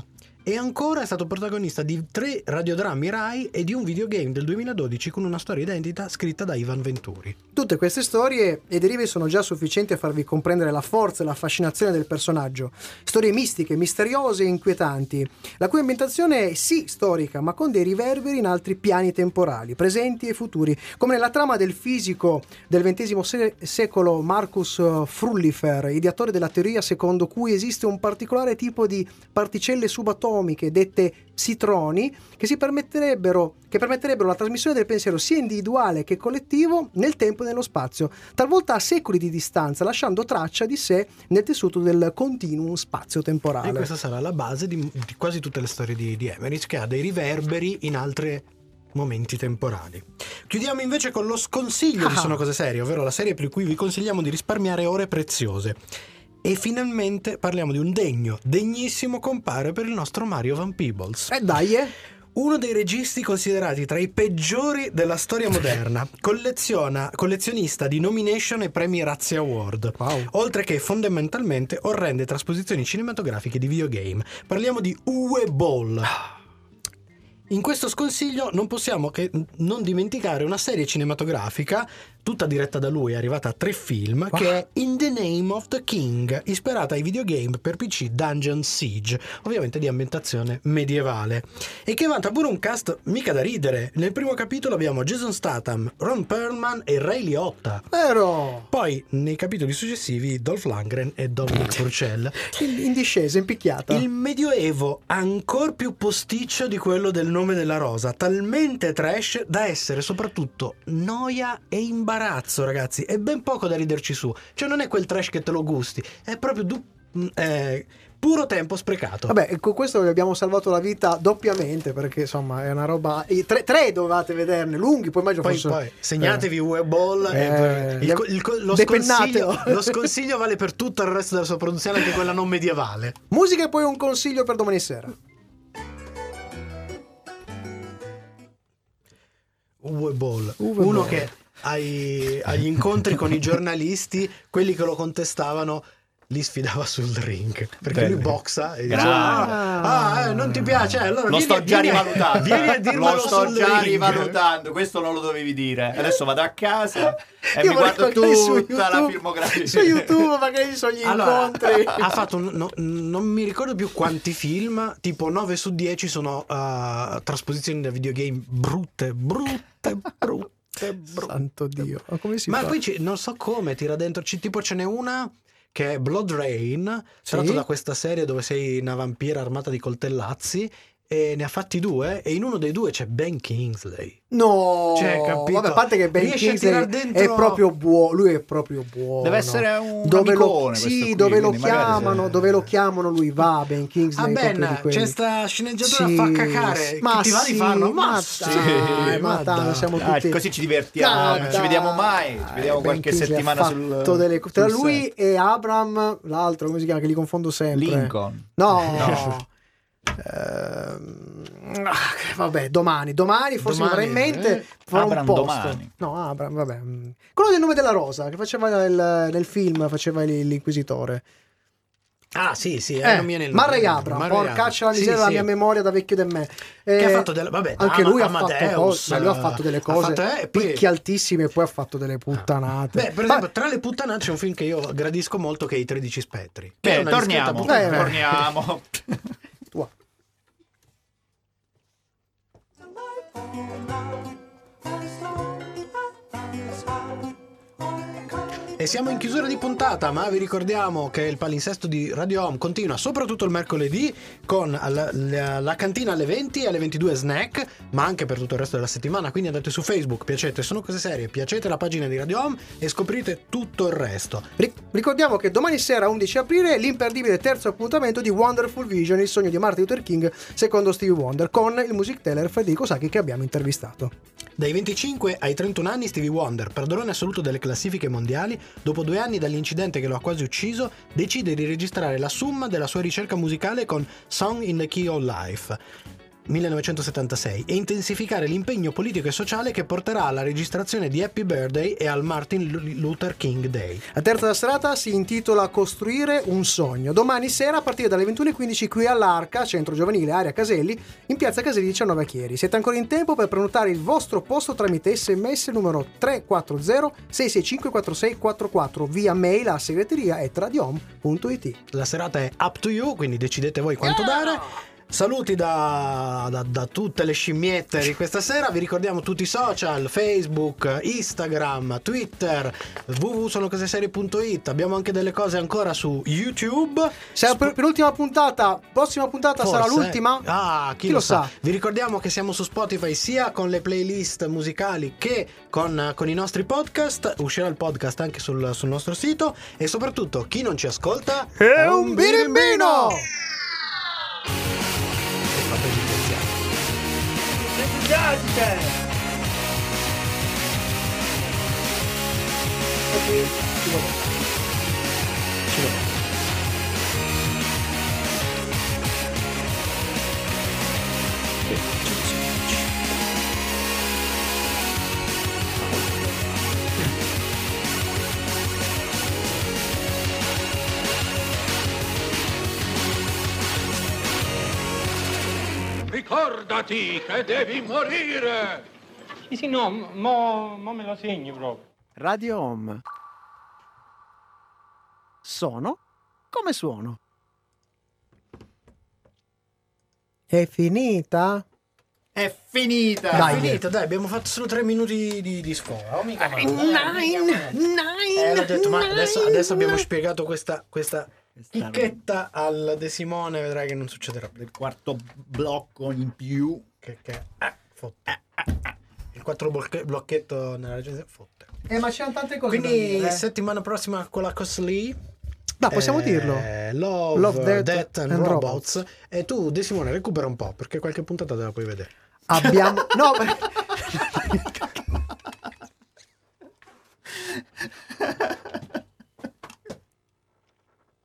e ancora è stato protagonista di 3 radiodrammi Rai e di un videogame del 2012 con una storia inedita scritta da Ivan Venturi. Tutte queste storie e derive sono già sufficienti a farvi comprendere la forza e la fascinazione del personaggio. Storie mistiche, misteriose e inquietanti, la cui ambientazione è sì storica, ma con dei riverberi in altri piani temporali, presenti e futuri, come nella trama del fisico del XX secolo Marcus Frullifer, ideatore della teoria secondo cui esiste un particolare tipo di particelle subatomiche, dette psitroni, che permetterebbero la trasmissione del pensiero sia individuale che collettivo nel tempo e nello spazio, talvolta a secoli di distanza, lasciando traccia di sé nel tessuto del continuum spazio-temporale. E questa sarà la base di quasi tutte le storie di Emmerich, che ha dei riverberi in altri momenti temporali. Chiudiamo invece con lo sconsiglio di Sono Cose Serie, ovvero la serie per cui vi consigliamo di risparmiare ore preziose. E finalmente parliamo di un degnissimo compare per il nostro Mario Van Peebles. Uno dei registi considerati tra i peggiori della storia moderna, collezionista di nomination e premi Razzie Award, oltre che fondamentalmente orrende trasposizioni cinematografiche di videogame. Parliamo di Uwe Boll. In questo sconsiglio non possiamo che non dimenticare una serie cinematografica tutta diretta da lui, arrivata a 3 film, che è In the Name of the King, ispirata ai videogame per PC Dungeon Siege, ovviamente di ambientazione medievale, e che vanta pure un cast mica da ridere. Nel primo capitolo abbiamo Jason Statham, Ron Perlman e Ray Liotta. Vero! Poi nei capitoli successivi Dolph Lundgren e Dominic Purcell. In discesa, in picchiata. Il medioevo ancor più posticcio di quello del Nome della Rosa, talmente trash da essere soprattutto noia e imbarazzo, ragazzi, è ben poco da riderci su, cioè non è quel trash che te lo gusti, è proprio puro tempo sprecato. Vabbè, con questo vi abbiamo salvato la vita doppiamente, perché insomma è una roba. Tre dovevate vederne, lunghi, poi immagino poi segnatevi Uwe Boll. Lo sconsiglio vale per tutto il resto della sua produzione, anche quella non medievale. Musica e poi un consiglio per domani sera. Uwe Boll, uno che agli incontri con i giornalisti, quelli che lo contestavano, li sfidava sul ring, perché lui boxa e dice non ti piace, allora lo sto già rivalutando, vieni a dirmelo, lo sto già rivalutando, questo non lo dovevi dire, adesso vado a casa e mi guardo tutta la filmografia su YouTube, magari sono gli incontri. Ha fatto non mi ricordo più quanti film, tipo 9 su 10 sono trasposizioni da videogame brutte. Santo Dio, ma come si fa? Poi non so come tira dentro, tipo ce n'è una che è Blood Rain, tratto da questa serie dove sei una vampira armata di coltellazzi, e ne ha fatti 2 e in uno dei 2 c'è Ben Kingsley. No, cioè, capito? Vabbè, a parte che Ben Kingsley è proprio buono, lui è proprio buono. Deve essere un dove amicone, dove lo chiamano lui va Ben Kingsley. Ben, c'è sta sceneggiatura fa cacare, ma ti va di farlo? Ma siamo tutti così, ci divertiamo, non ci vediamo mai, ci vediamo qualche settimana tra lui e Abram, l'altro come si chiama, che li confondo sempre, Lincoln. No. Vabbè, domani forse mi verrà in mente Abram un posto. Domani. No, Abram, vabbè. Quello del Nome della Rosa che faceva nel film, faceva l'inquisitore. Ah, sì, non mi viene il nome. Murray Abram, porcaccia la miseria della mia memoria da vecchio di me. Che ha fatto anche lui Amadeus, ha fatto delle cose picchi altissimi e poi ha fatto delle puttanate. Per esempio, tra le puttanate c'è un film che io gradisco molto, che è I 13 Spettri. Torniamo. E siamo in chiusura di puntata, ma vi ricordiamo che il palinsesto di Radio Home continua soprattutto il mercoledì con la cantina alle 20 e alle 22 snack, ma anche per tutto il resto della settimana, quindi andate su Facebook, piacete Sono Cose Serie, piacete la pagina di Radio Home e scoprite tutto il resto. Ricordiamo che domani sera 11 aprile l'imperdibile terzo appuntamento di Wonderful Vision, il sogno di Martin Luther King secondo Stevie Wonder, con il music teller Federico Sacchi che abbiamo intervistato. Dai 25 ai 31 anni Stevie Wonder, padrone assoluto delle classifiche mondiali, dopo 2 anni dall'incidente che lo ha quasi ucciso, decide di registrare la summa della sua ricerca musicale con Song in the Key of Life. 1976 e intensificare l'impegno politico e sociale che porterà alla registrazione di Happy Birthday e al Martin Luther King Day. La terza serata si intitola Costruire un sogno. Domani sera a partire dalle 21:15 qui all'Arca, centro giovanile Area Caselli, in piazza Caselli 19 a Chieri. Siete ancora in tempo per prenotare il vostro posto tramite SMS numero 340 665 4644 via mail a segreteria@radiom.it. La serata è up to you, quindi decidete voi quanto dare. Saluti da tutte le scimmiette di questa sera. Vi ricordiamo tutti i social: Facebook, Instagram, Twitter, www.sonocoseserie.it. Abbiamo anche delle cose ancora su YouTube. Per l'ultima puntata, prossima puntata Forse sarà l'ultima? Chi lo sa. Vi ricordiamo che siamo su Spotify sia con le playlist musicali che con i nostri podcast. Uscirà il podcast anche sul nostro sito. E soprattutto, chi non ci ascolta è un birimbino! Ricordati che devi morire! Sì, no, mo me lo segni proprio. Radio Home. Sono come suono. È finita? È finita! Dai, abbiamo fatto solo 3 minuti di sfora. L'ho detto, ma adesso abbiamo spiegato questa chicchetta al De Simone, vedrai che non succederà. Il quarto blocco in più. Il 4 blocchetto nella recensione fotte. Ma c'erano tante cose. Quindi settimana prossima con la Cosly. Ma possiamo dirlo? Love, Death and Robots. E tu, De Simone, recupera un po', perché qualche puntata te la puoi vedere. Abbiamo... No,